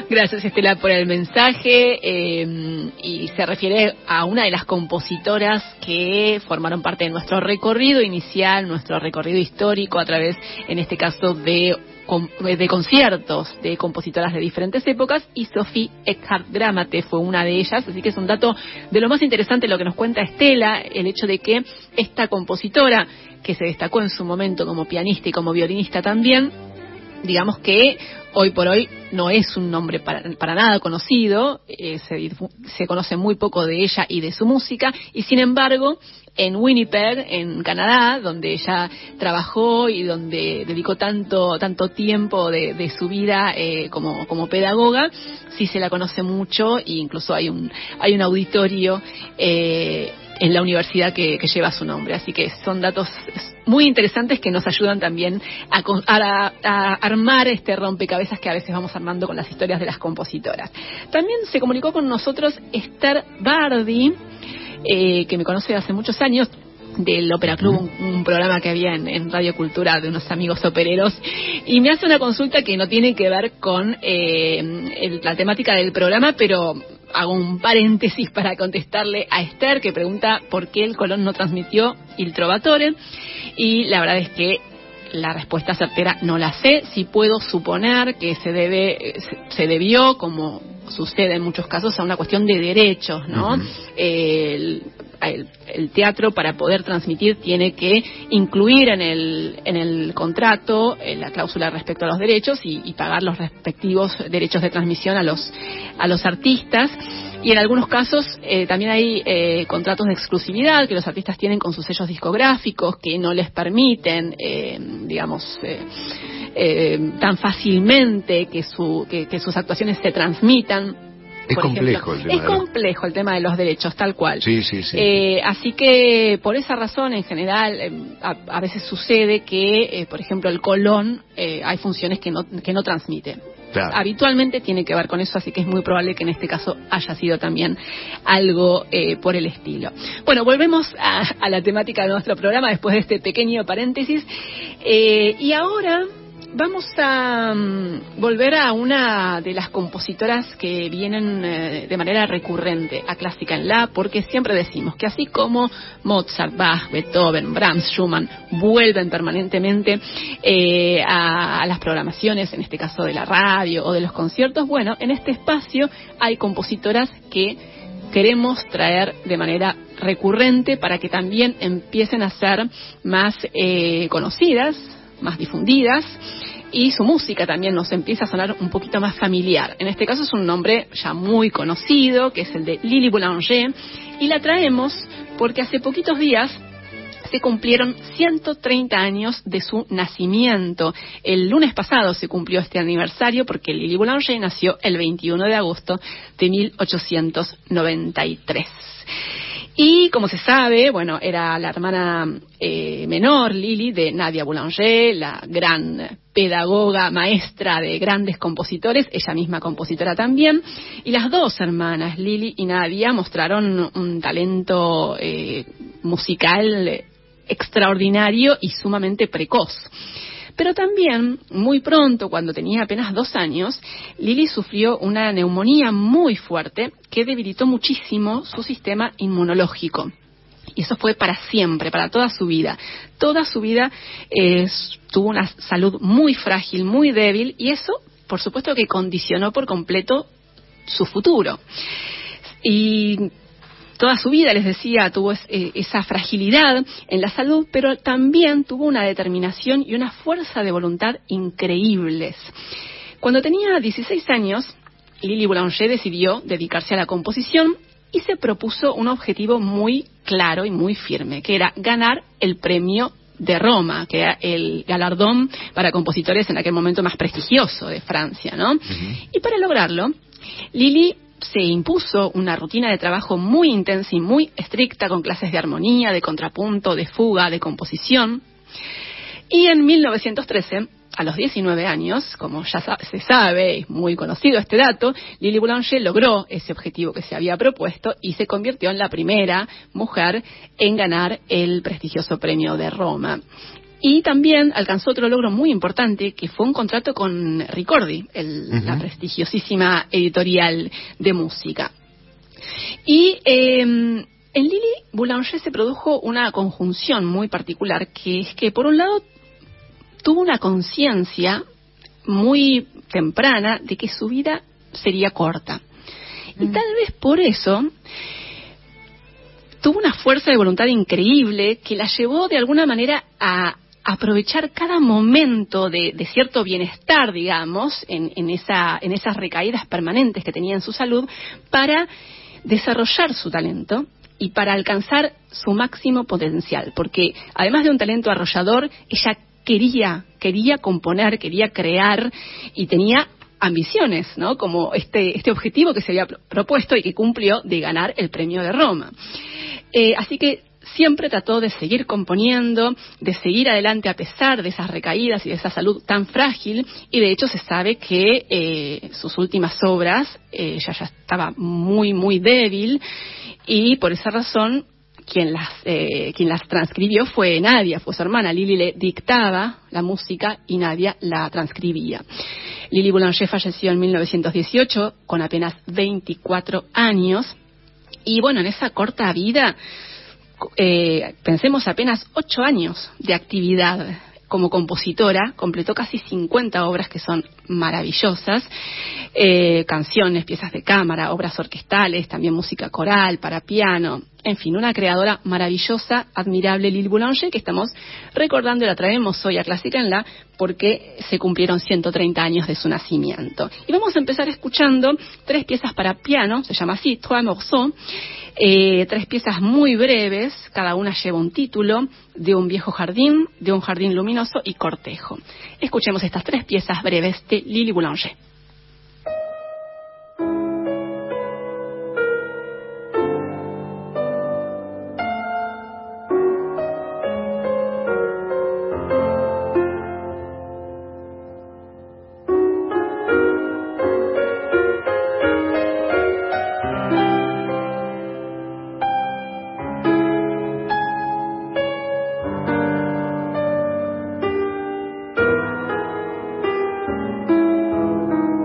Gracias, Estela, por el mensaje. Eh, y se refiere a una de las compositoras que formaron parte de nuestro recorrido inicial, nuestro recorrido histórico a través, en este caso, de de conciertos de compositoras de diferentes épocas, y Sophie Eckhardt-Gramate fue una de ellas, así que es un dato de lo más interesante lo que nos cuenta Estela, el hecho de que esta compositora, que se destacó en su momento como pianista y como violinista también, digamos que hoy por hoy no es un nombre para, para nada conocido, eh, se, se conoce muy poco de ella y de su música, y sin embargo, en Winnipeg, en Canadá, donde ella trabajó y donde dedicó tanto tanto tiempo de, de su vida eh, como, como pedagoga, sí se la conoce mucho, e incluso hay un hay un auditorio eh, en la universidad que, que lleva su nombre. Así que son datos muy interesantes que nos ayudan también a, a, a armar este rompecabezas que a veces vamos armando con las historias de las compositoras. También se comunicó con nosotros Esther Bardi, eh, que me conoce hace muchos años, del Ópera Club, un, un programa que había en, en Radio Cultura de unos amigos opereros, y me hace una consulta que no tiene que ver con eh, el, la temática del programa, pero hago un paréntesis para contestarle a Esther, que pregunta por qué el Colón no transmitió Il Trovatore, y la verdad es que la respuesta certera no la sé. Sí puedo suponer que se debe se debió, como sucede en muchos casos, a una cuestión de derechos, ¿no? Uh-huh. el, el, el teatro, para poder transmitir, tiene que incluir en el en el contrato eh, la cláusula respecto a los derechos y, y pagar los respectivos derechos de transmisión a los a los artistas. Y en algunos casos eh, también hay eh, contratos de exclusividad que los artistas tienen con sus sellos discográficos, que no les permiten, eh, digamos, eh, eh, tan fácilmente que, su, que, que sus actuaciones se transmitan. Es por complejo ejemplo, el tema. Es complejo el tema de los derechos, tal cual. Sí, sí, sí. Eh, así que por esa razón, en general, eh, a, a veces sucede que, eh, por ejemplo, el Colón, eh, hay funciones que no, que no transmite. Claro. Habitualmente tiene que ver con eso, así que es muy probable que en este caso haya sido también algo eh, por el estilo. Bueno, volvemos a, a la temática de nuestro programa después de este pequeño paréntesis. Eh, y ahora vamos a um, volver a una de las compositoras que vienen eh, de manera recurrente a Clásica en La, porque siempre decimos que así como Mozart, Bach, Beethoven, Brahms, Schumann vuelven permanentemente eh, a, a las programaciones, en este caso de la radio o de los conciertos, bueno, en este espacio hay compositoras que queremos traer de manera recurrente para que también empiecen a ser más eh, conocidas, más difundidas, y su música también nos empieza a sonar un poquito más familiar. En este caso es un nombre ya muy conocido, que es el de Lily Boulanger, y la traemos porque hace poquitos días se cumplieron ciento treinta años de su nacimiento. El lunes pasado se cumplió este aniversario porque Lily Boulanger nació el veintiuno de agosto de mil ochocientos noventa y tres. Y como se sabe, bueno, era la hermana eh, menor, Lily, de Nadia Boulanger, la gran pedagoga, maestra de grandes compositores, ella misma compositora también. Y las dos hermanas, Lily y Nadia, mostraron un talento eh, musical extraordinario y sumamente precoz. Pero también, muy pronto, cuando tenía apenas dos años, Lily sufrió una neumonía muy fuerte que debilitó muchísimo su sistema inmunológico. Y eso fue para siempre, para toda su vida. Toda su vida eh, tuvo una salud muy frágil, muy débil, y eso, por supuesto, que condicionó por completo su futuro. Y toda su vida, les decía, tuvo es, eh, esa fragilidad en la salud, pero también tuvo una determinación y una fuerza de voluntad increíbles. Cuando tenía dieciséis años, Lily Boulanger decidió dedicarse a la composición y se propuso un objetivo muy claro y muy firme, que era ganar el premio de Roma, que era el galardón para compositores en aquel momento más prestigioso de Francia, ¿no? Uh-huh. Y para lograrlo, Lily se impuso una rutina de trabajo muy intensa y muy estricta, con clases de armonía, de contrapunto, de fuga, de composición. Y en mil novecientos trece, a los diecinueve años, como ya se sabe, es muy conocido este dato, Lily Boulanger logró ese objetivo que se había propuesto y se convirtió en la primera mujer en ganar el prestigioso premio de Roma. Y también alcanzó otro logro muy importante, que fue un contrato con Ricordi, el, uh-huh. la prestigiosísima editorial de música. Y eh, en Lili Boulanger se produjo una conjunción muy particular, que es que, por un lado, tuvo una conciencia muy temprana de que su vida sería corta. Uh-huh. Y tal vez por eso tuvo una fuerza de voluntad increíble que la llevó de alguna manera a aprovechar cada momento de, de cierto bienestar, digamos, en, en, esa, en esas recaídas permanentes que tenía en su salud, para desarrollar su talento y para alcanzar su máximo potencial. Porque además de un talento arrollador, ella quería, quería componer, quería crear y tenía ambiciones, ¿no? Como este, este objetivo que se había propuesto y que cumplió, de ganar el premio de Roma. Eh, así que siempre trató de seguir componiendo, de seguir adelante a pesar de esas recaídas y de esa salud tan frágil, y de hecho se sabe que eh, sus últimas obras, eh, ella ya estaba muy, muy débil, y por esa razón quien las, eh, quien las transcribió fue Nadia, fue su hermana. Lili le dictaba la música y Nadia la transcribía. Lili Boulanger falleció en mil novecientos dieciocho con apenas veinticuatro años, y bueno, en esa corta vida, Eh, pensemos apenas ocho años de actividad como compositora, completó casi cincuenta obras que son maravillosas, eh, canciones, piezas de cámara, obras orquestales, también música coral, para piano, en fin, una creadora maravillosa, admirable, Lili Boulanger, que estamos recordando y la traemos hoy a Clásica en La, porque se cumplieron ciento treinta años de su nacimiento. Y vamos a empezar escuchando tres piezas para piano, se llama así, Trois Morceaux, eh, tres piezas muy breves, cada una lleva un título: De un viejo jardín, De un jardín luminoso y Cortejo. Escuchemos estas tres piezas breves de Lili Boulanger. Thank you.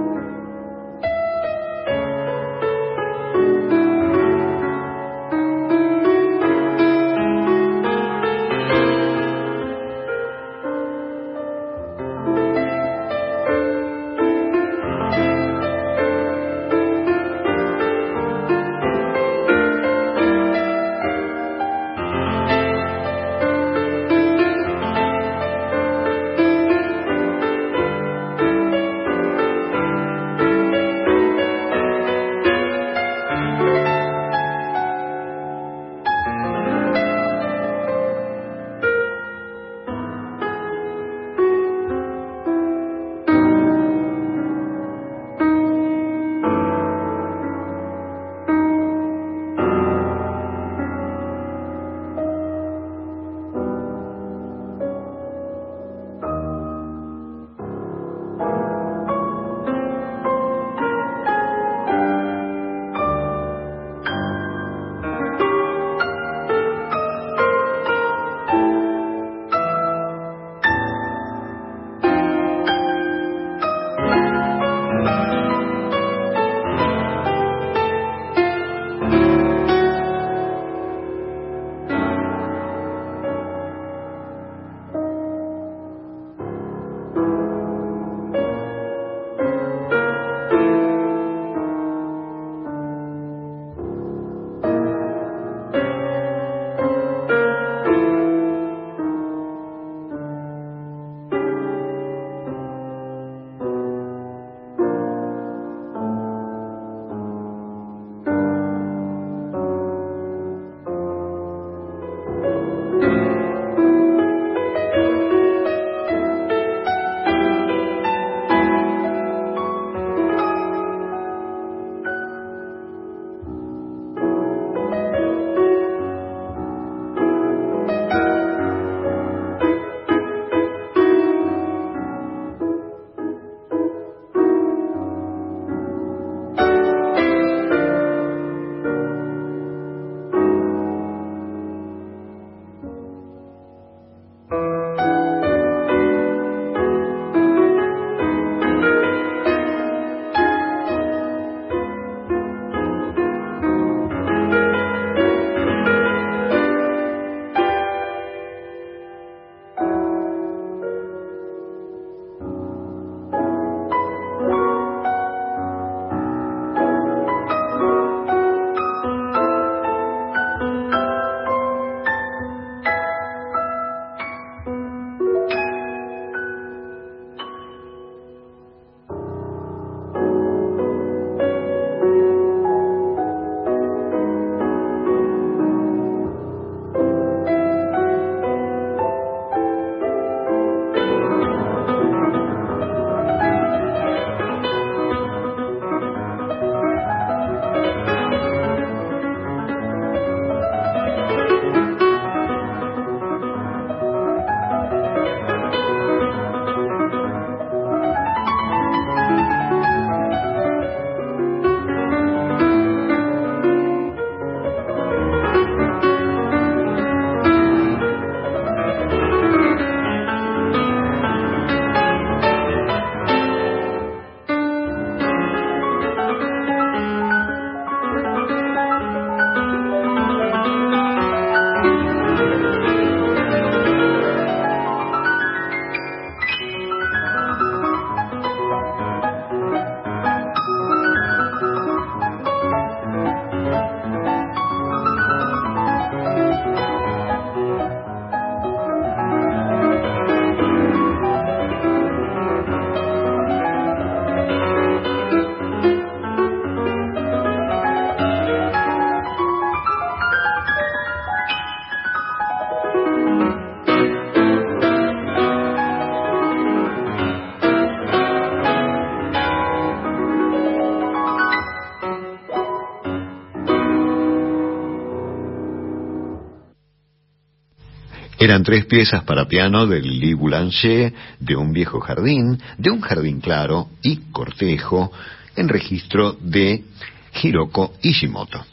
Eran tres piezas para piano de Lili Boulanger, de un viejo jardín, de un jardín claro y cortejo, en registro de Hiroko Ishimoto.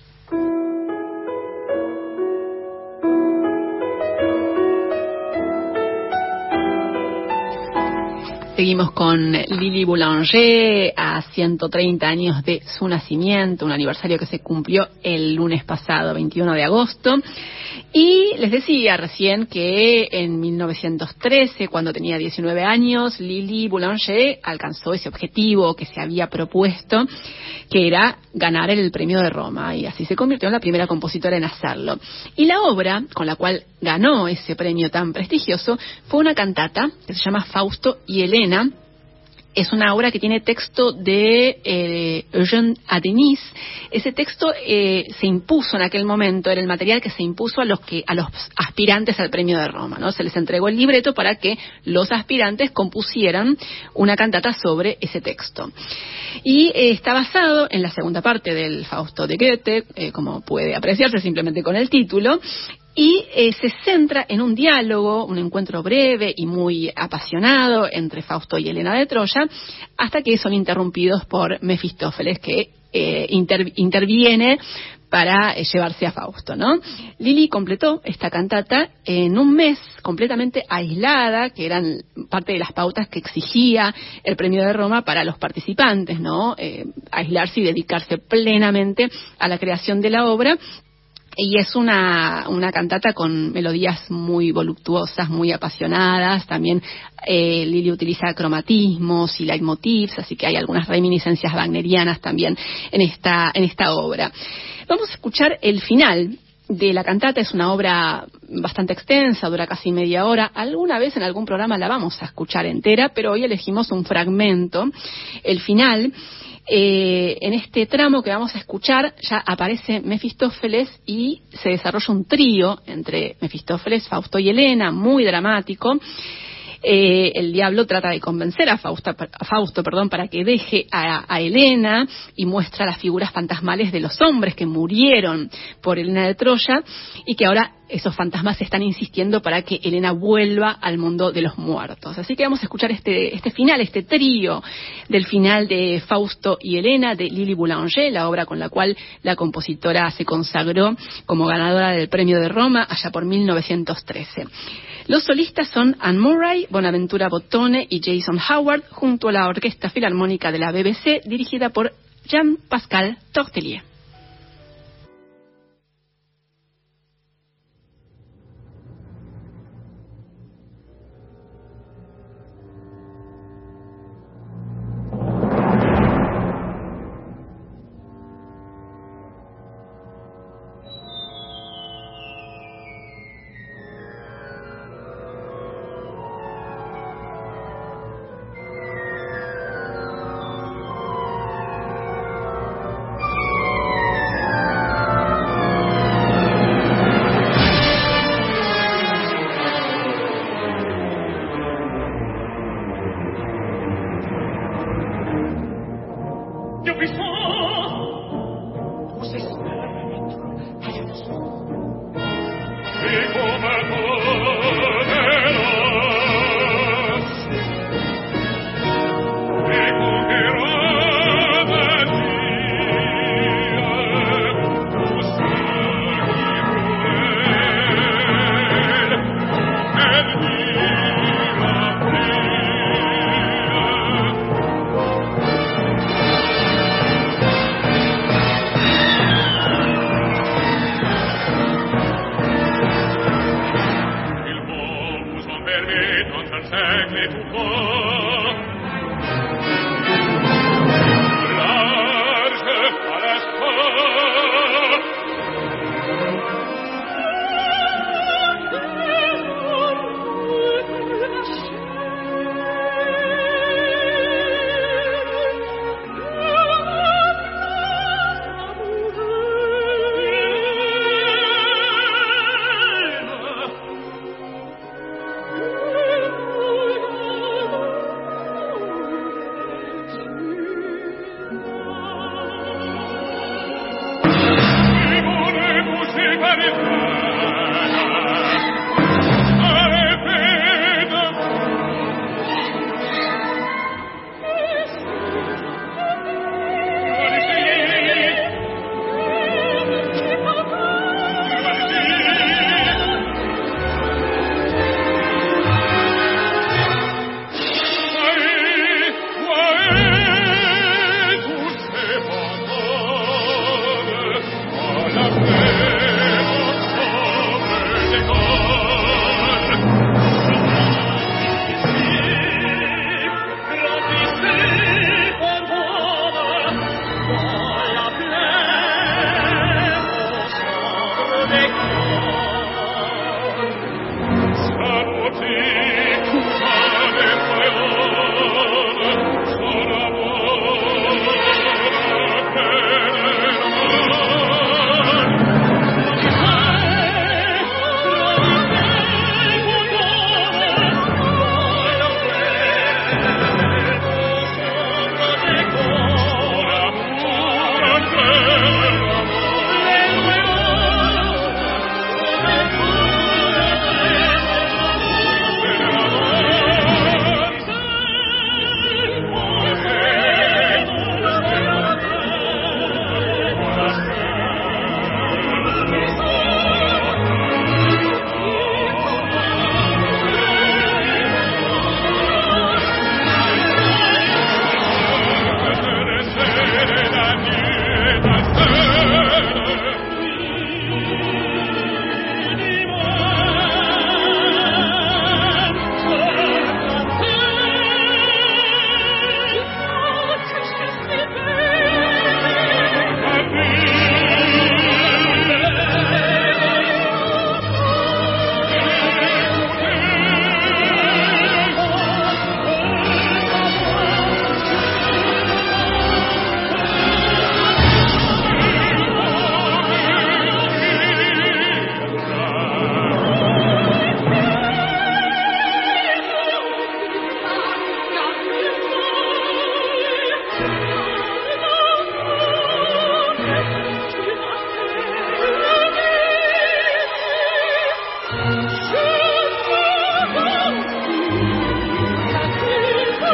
Seguimos con Lili Boulanger a ciento treinta años de su nacimiento, un aniversario que se cumplió el lunes pasado, veintiuno de agosto. Y les decía recién que en mil novecientos trece, cuando tenía diecinueve años, Lili Boulanger alcanzó ese objetivo que se había propuesto, que era ganar el Premio de Roma, y así se convirtió en la primera compositora en hacerlo. Y la obra con la cual ganó ese premio tan prestigioso fue una cantata que se llama Fausto y Helena. Es una obra que tiene texto de eh, Eugène Adenis. Ese texto eh, se impuso en aquel momento, era el material que se impuso a los que a los aspirantes al Premio de Roma, ¿no? Se les entregó el libreto para que los aspirantes compusieran una cantata sobre ese texto. Y eh, está basado en la segunda parte del Fausto de Goethe, eh, como puede apreciarse simplemente con el título. Y eh, se centra en un diálogo, un encuentro breve y muy apasionado entre Fausto y Helena de Troya, hasta que son interrumpidos por Mefistófeles, que eh, inter, interviene para eh, llevarse a Fausto, ¿no? Lili completó esta cantata en un mes, completamente aislada, que eran parte de las pautas que exigía el Premio de Roma para los participantes, ¿no? Eh, aislarse y dedicarse plenamente a la creación de la obra. Y es una, una cantata con melodías muy voluptuosas, muy apasionadas. También eh, Lili utiliza cromatismos y leitmotivs, así que hay algunas reminiscencias wagnerianas también en esta, en esta obra. Vamos a escuchar el final de la cantata. Es una obra bastante extensa, dura casi media hora. Alguna vez en algún programa la vamos a escuchar entera, pero hoy elegimos un fragmento, el final. Eh, en este tramo que vamos a escuchar ya aparece Mefistófeles y se desarrolla un trío entre Mefistófeles, Fausto y Helena, muy dramático. Eh, el diablo trata de convencer a Fausto, a Fausto perdón, para que deje a, a Helena, y muestra las figuras fantasmales de los hombres que murieron por Helena de Troya y que ahora esos fantasmas están insistiendo para que Helena vuelva al mundo de los muertos. Así que vamos a escuchar este, este final, este trío del final de Fausto y Helena de Lili Boulanger, la obra con la cual la compositora se consagró como ganadora del Premio de Roma allá por mil novecientos trece. Los solistas son Anne Murray, Bonaventura Bottone y Jason Howard, junto a la Orquesta Filarmónica de la B B C, dirigida por Jean-Pascal Tortelier.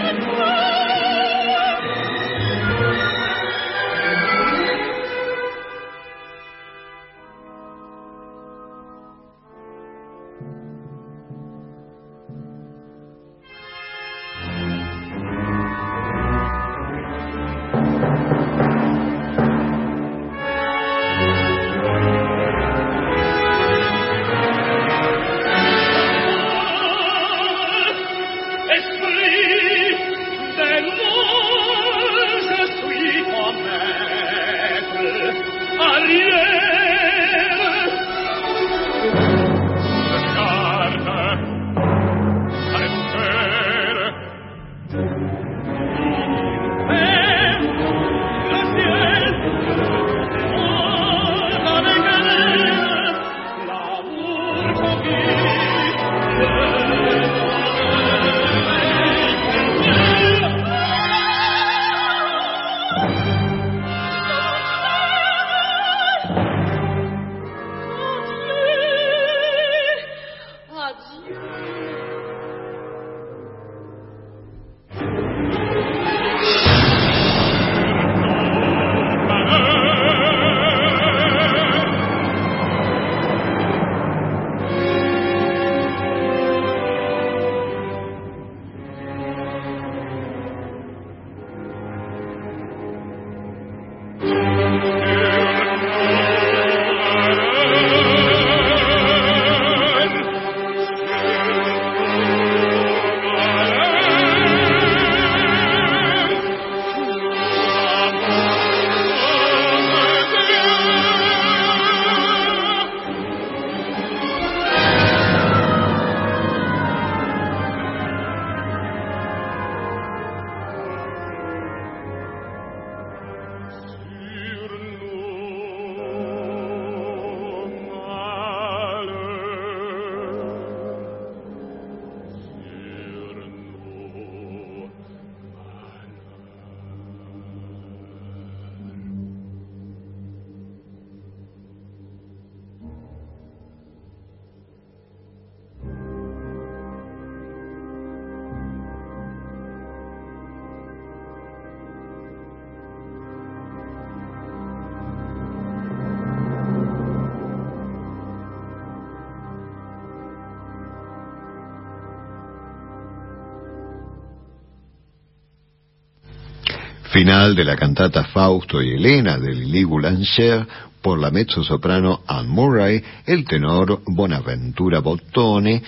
Final de la cantata Fausto y Helena de Lili Boulanger por la mezzosoprano Anne Murray, el tenor Bonaventura Bottone,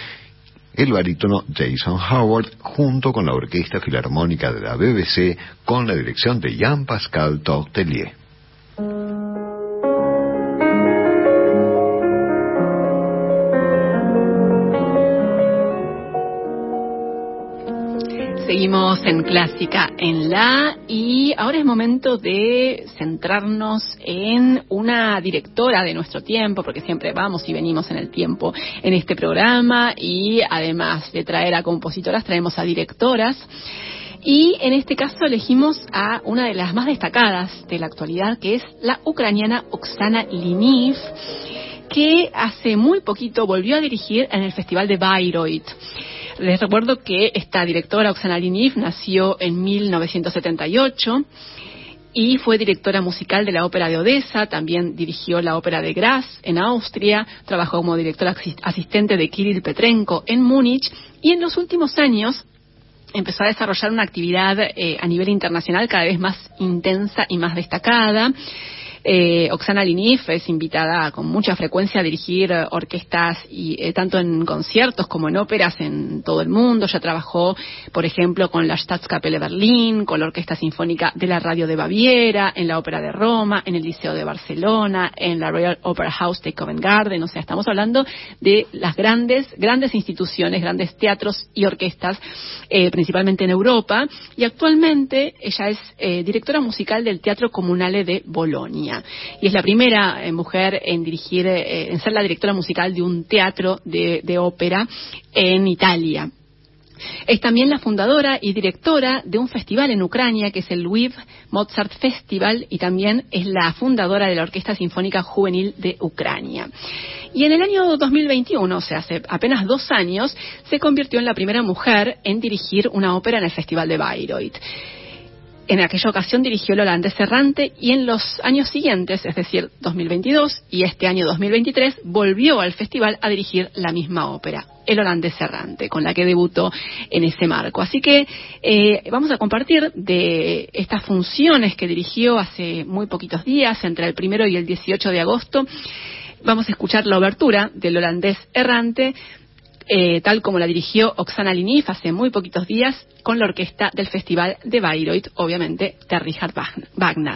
el barítono Jason Howard, junto con la Orquesta Filarmónica de la B B C, con la dirección de Jean-Pascal Tortelier. Seguimos en Clásica en La, y ahora es momento de centrarnos en una directora de nuestro tiempo, porque siempre vamos y venimos en el tiempo en este programa, y además de traer a compositoras, traemos a directoras. Y en este caso elegimos a una de las más destacadas de la actualidad, que es la ucraniana Oksana Liniv, que hace muy poquito volvió a dirigir en el Festival de Bayreuth. Les recuerdo que esta directora, Oksana Liniv, nació en mil novecientos setenta y ocho y fue directora musical de la Ópera de Odessa. También dirigió la Ópera de Graz en Austria, trabajó como directora asistente de Kirill Petrenko en Múnich, y en los últimos años empezó a desarrollar una actividad eh, a nivel internacional cada vez más intensa y más destacada. Eh, Oksana Liniv es invitada con mucha frecuencia a dirigir eh, orquestas, y eh, tanto en conciertos como en óperas en todo el mundo. Ya trabajó, por ejemplo, con la Staatskapelle Berlín, con la Orquesta Sinfónica de la Radio de Baviera, en la Ópera de Roma, en el Liceo de Barcelona, en la Royal Opera House de Covent Garden. O sea, estamos hablando de las grandes, grandes instituciones, grandes teatros y orquestas, eh, principalmente en Europa. Y actualmente ella es eh, directora musical del Teatro Comunale de Bolonia. Y es la primera eh, mujer en dirigir, eh, en ser la directora musical de un teatro de, de ópera en Italia. Es también la fundadora y directora de un festival en Ucrania que es el Lviv Mozart Festival y también es la fundadora de la Orquesta Sinfónica Juvenil de Ucrania. Y en el año dos mil veintiuno, o sea, hace apenas dos años, se convirtió en la primera mujer en dirigir una ópera en el Festival de Bayreuth. En aquella ocasión dirigió El holandés errante y en los años siguientes, es decir, dos mil veintidós y este año dos mil veintitrés, volvió al festival a dirigir la misma ópera, El holandés errante, con la que debutó en ese marco. Así que eh, vamos a compartir de estas funciones que dirigió hace muy poquitos días, entre el primero y el dieciocho de agosto. Vamos a escuchar la obertura del holandés errante, Eh, tal como la dirigió Oksana Linif hace muy poquitos días con la orquesta del Festival de Bayreuth, obviamente de Richard Wagner.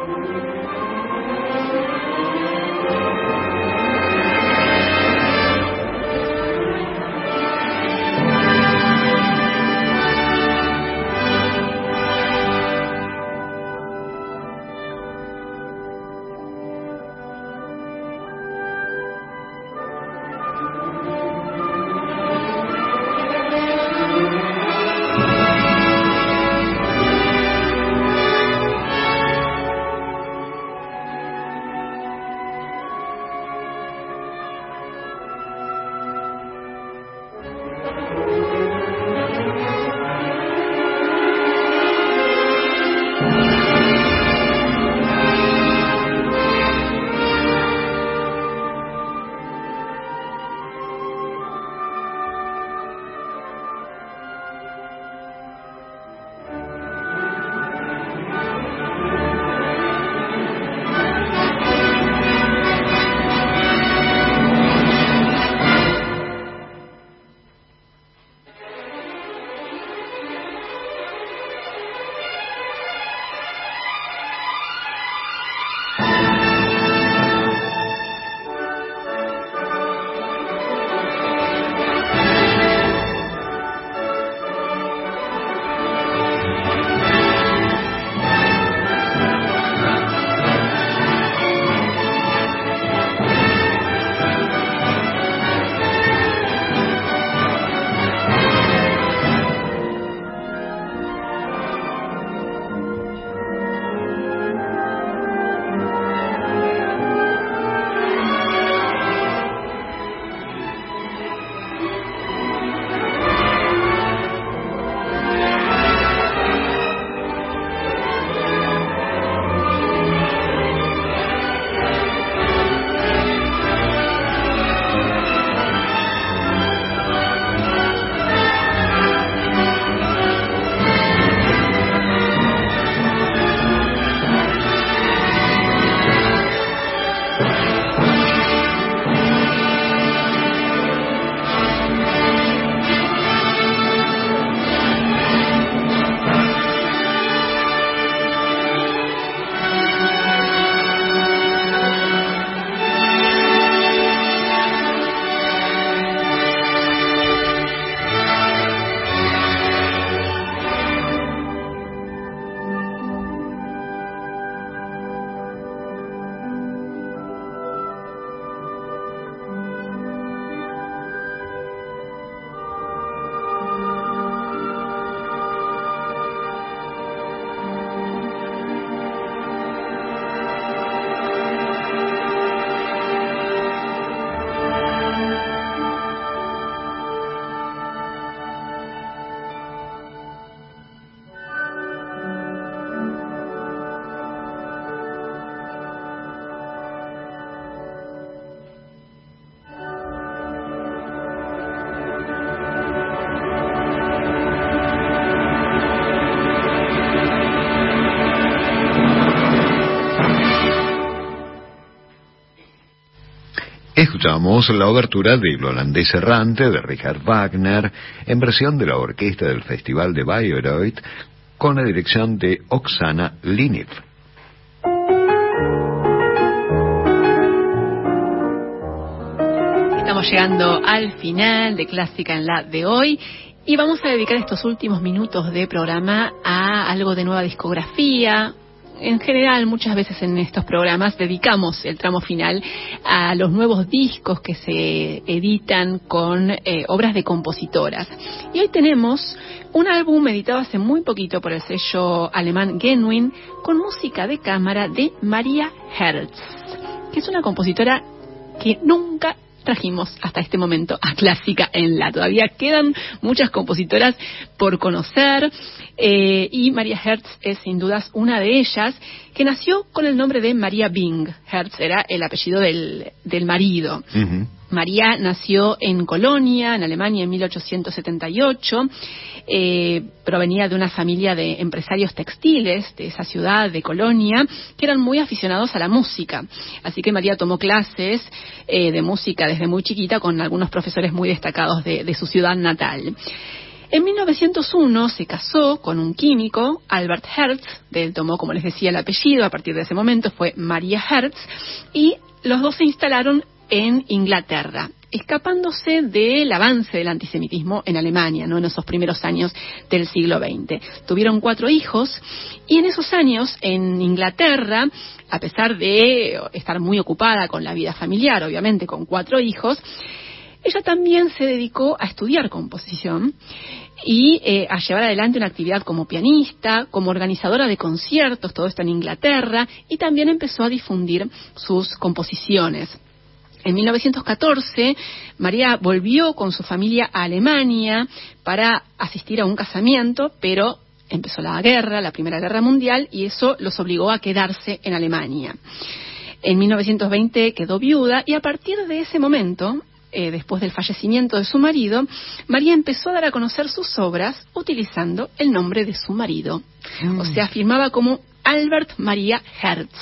Escuchamos la obertura del Holandés Errante de Richard Wagner en versión de la orquesta del Festival de Bayreuth con la dirección de Oksana Liniv. Estamos llegando al final de Clásica en la de hoy y vamos a dedicar estos últimos minutos de programa a algo de nueva discografía. En general, muchas veces en estos programas dedicamos el tramo final a los nuevos discos que se editan con eh, obras de compositoras. Y hoy tenemos un álbum editado hace muy poquito por el sello alemán Genuine con música de cámara de Maria Herz, que es una compositora que nunca trajimos hasta este momento a Clásica en la. Todavía quedan muchas compositoras por conocer eh, y Maria Herz es sin dudas una de ellas, que nació con el nombre de Maria Bing. Herz era el apellido del, del marido. Uh-huh. María nació en Colonia, en Alemania, en mil ochocientos setenta y ocho. Eh, provenía de una familia de empresarios textiles de esa ciudad, de Colonia, que eran muy aficionados a la música. Así que María tomó clases eh, de música desde muy chiquita con algunos profesores muy destacados de, de su ciudad natal. En mil novecientos uno se casó con un químico, Albert Hertz, de él tomó, como les decía, el apellido, a partir de ese momento fue Maria Hertz, y los dos se instalaron en Inglaterra, escapándose del avance del antisemitismo en Alemania, ¿no?, en esos primeros años del siglo veinte. Tuvieron cuatro hijos y en esos años en Inglaterra, a pesar de estar muy ocupada con la vida familiar, obviamente con cuatro hijos, ella también se dedicó a estudiar composición y eh, a llevar adelante una actividad como pianista, como organizadora de conciertos, todo esto en Inglaterra, y también empezó a difundir sus composiciones. En mil novecientos catorce, María volvió con su familia a Alemania para asistir a un casamiento, pero empezó la guerra, la Primera Guerra Mundial, y eso los obligó a quedarse en Alemania. En mil novecientos veinte quedó viuda y a partir de ese momento, eh, después del fallecimiento de su marido, María empezó a dar a conocer sus obras utilizando el nombre de su marido. Mm. O sea, firmaba como Albert Maria Hertz.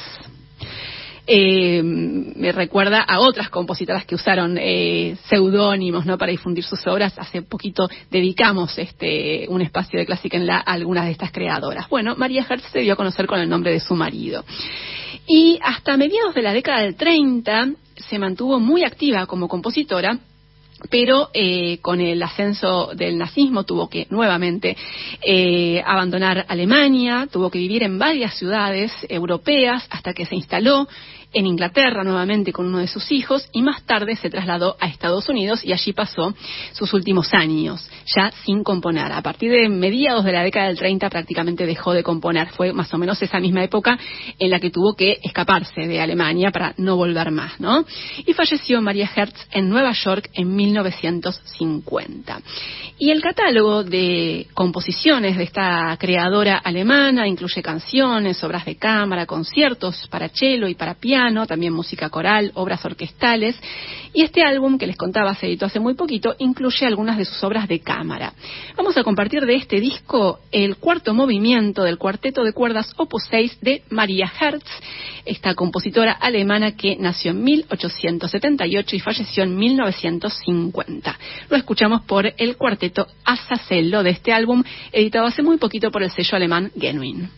Eh, me recuerda a otras compositoras que usaron eh, seudónimos, ¿no?, para difundir sus obras. Hace poquito dedicamos este un espacio de Clásica en la a algunas de estas creadoras. Bueno, Maria Hertz se dio a conocer con el nombre de su marido. Y hasta mediados de la década del treinta se mantuvo muy activa como compositora, pero eh, con el ascenso del nazismo tuvo que nuevamente eh, abandonar Alemania, tuvo que vivir en varias ciudades europeas hasta que se instaló en Inglaterra nuevamente con uno de sus hijos y más tarde se trasladó a Estados Unidos y allí pasó sus últimos años, ya sin componer. A partir de mediados de la década del treinta prácticamente dejó de componer. Fue más o menos esa misma época en la que tuvo que escaparse de Alemania para no volver más, ¿no? Y falleció Maria Hertz en Nueva York en mil novecientos cincuenta. Y el catálogo de composiciones de esta creadora alemana incluye canciones, obras de cámara, conciertos para cello y para piano, también música coral, obras orquestales, y este álbum que les contaba se editó hace muy poquito incluye algunas de sus obras de cámara. Vamos a compartir de este disco el cuarto movimiento del cuarteto de cuerdas opus seis de Maria Hertz, esta compositora alemana que nació en mil ochocientos setenta y ocho y falleció en mil novecientos cincuenta. Lo escuchamos por el cuarteto Azazello de este álbum editado hace muy poquito por el sello alemán Genuine.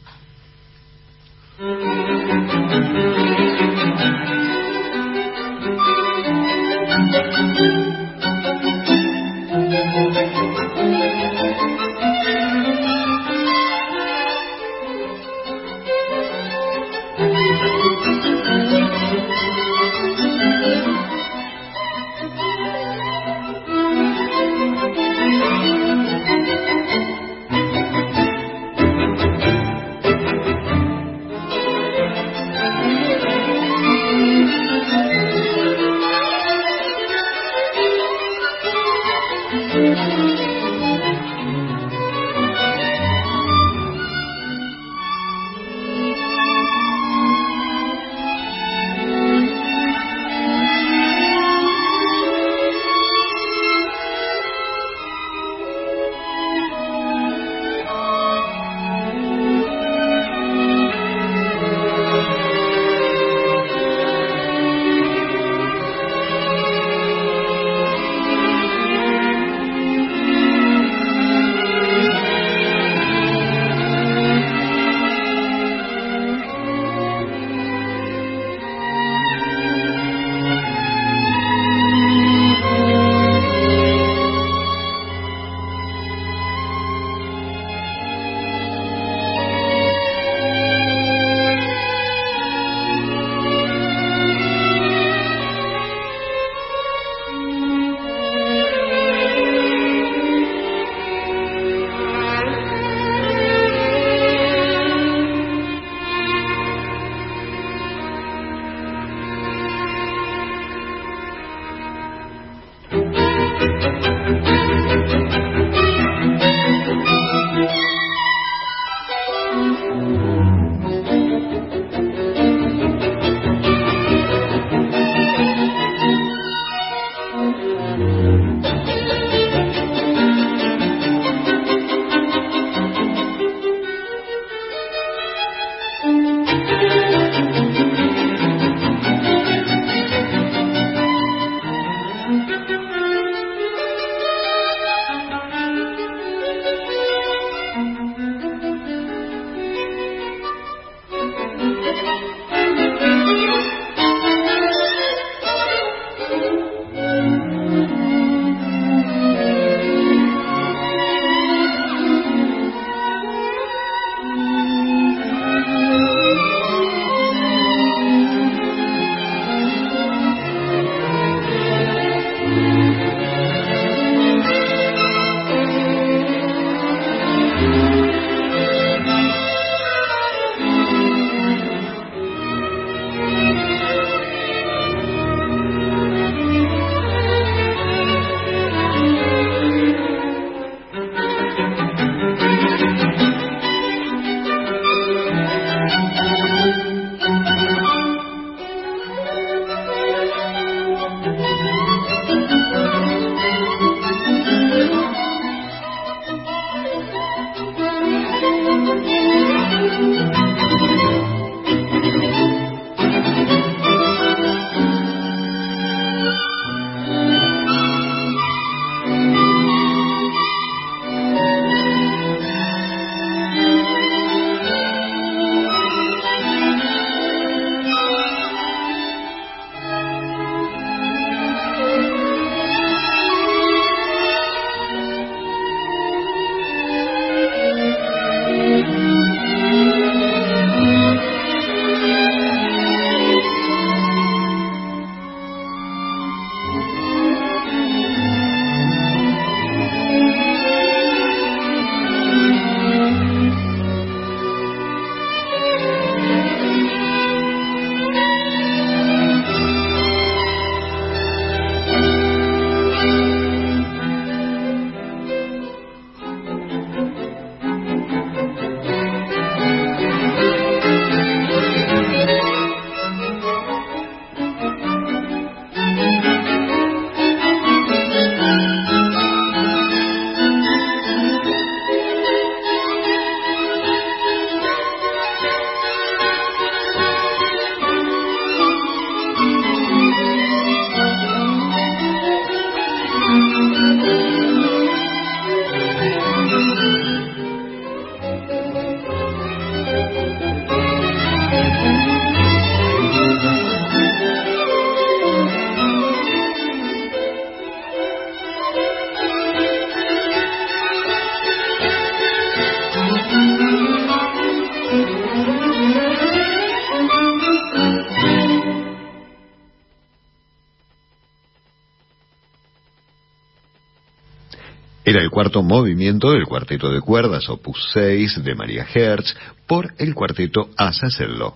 Era el cuarto movimiento del cuarteto de cuerdas opus seis de María Hertz por el cuarteto Asa Sello.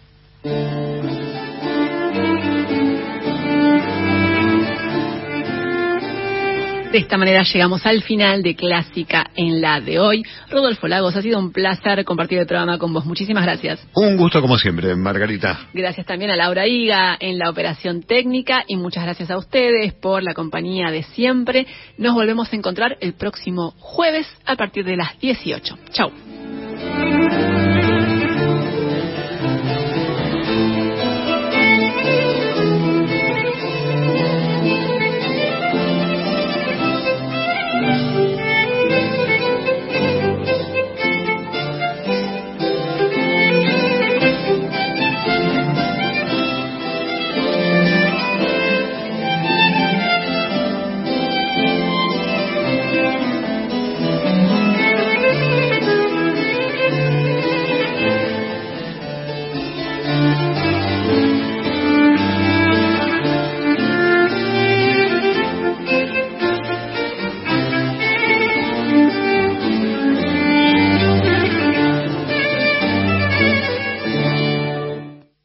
De esta manera llegamos al final de Clásica en la de hoy. Rodolfo Lagos, ha sido un placer compartir el programa con vos. Muchísimas gracias. Un gusto como siempre, Margarita. Gracias también a Laura Higa en la operación técnica y muchas gracias a ustedes por la compañía de siempre. Nos volvemos a encontrar el próximo jueves a partir de las dieciocho. Chau.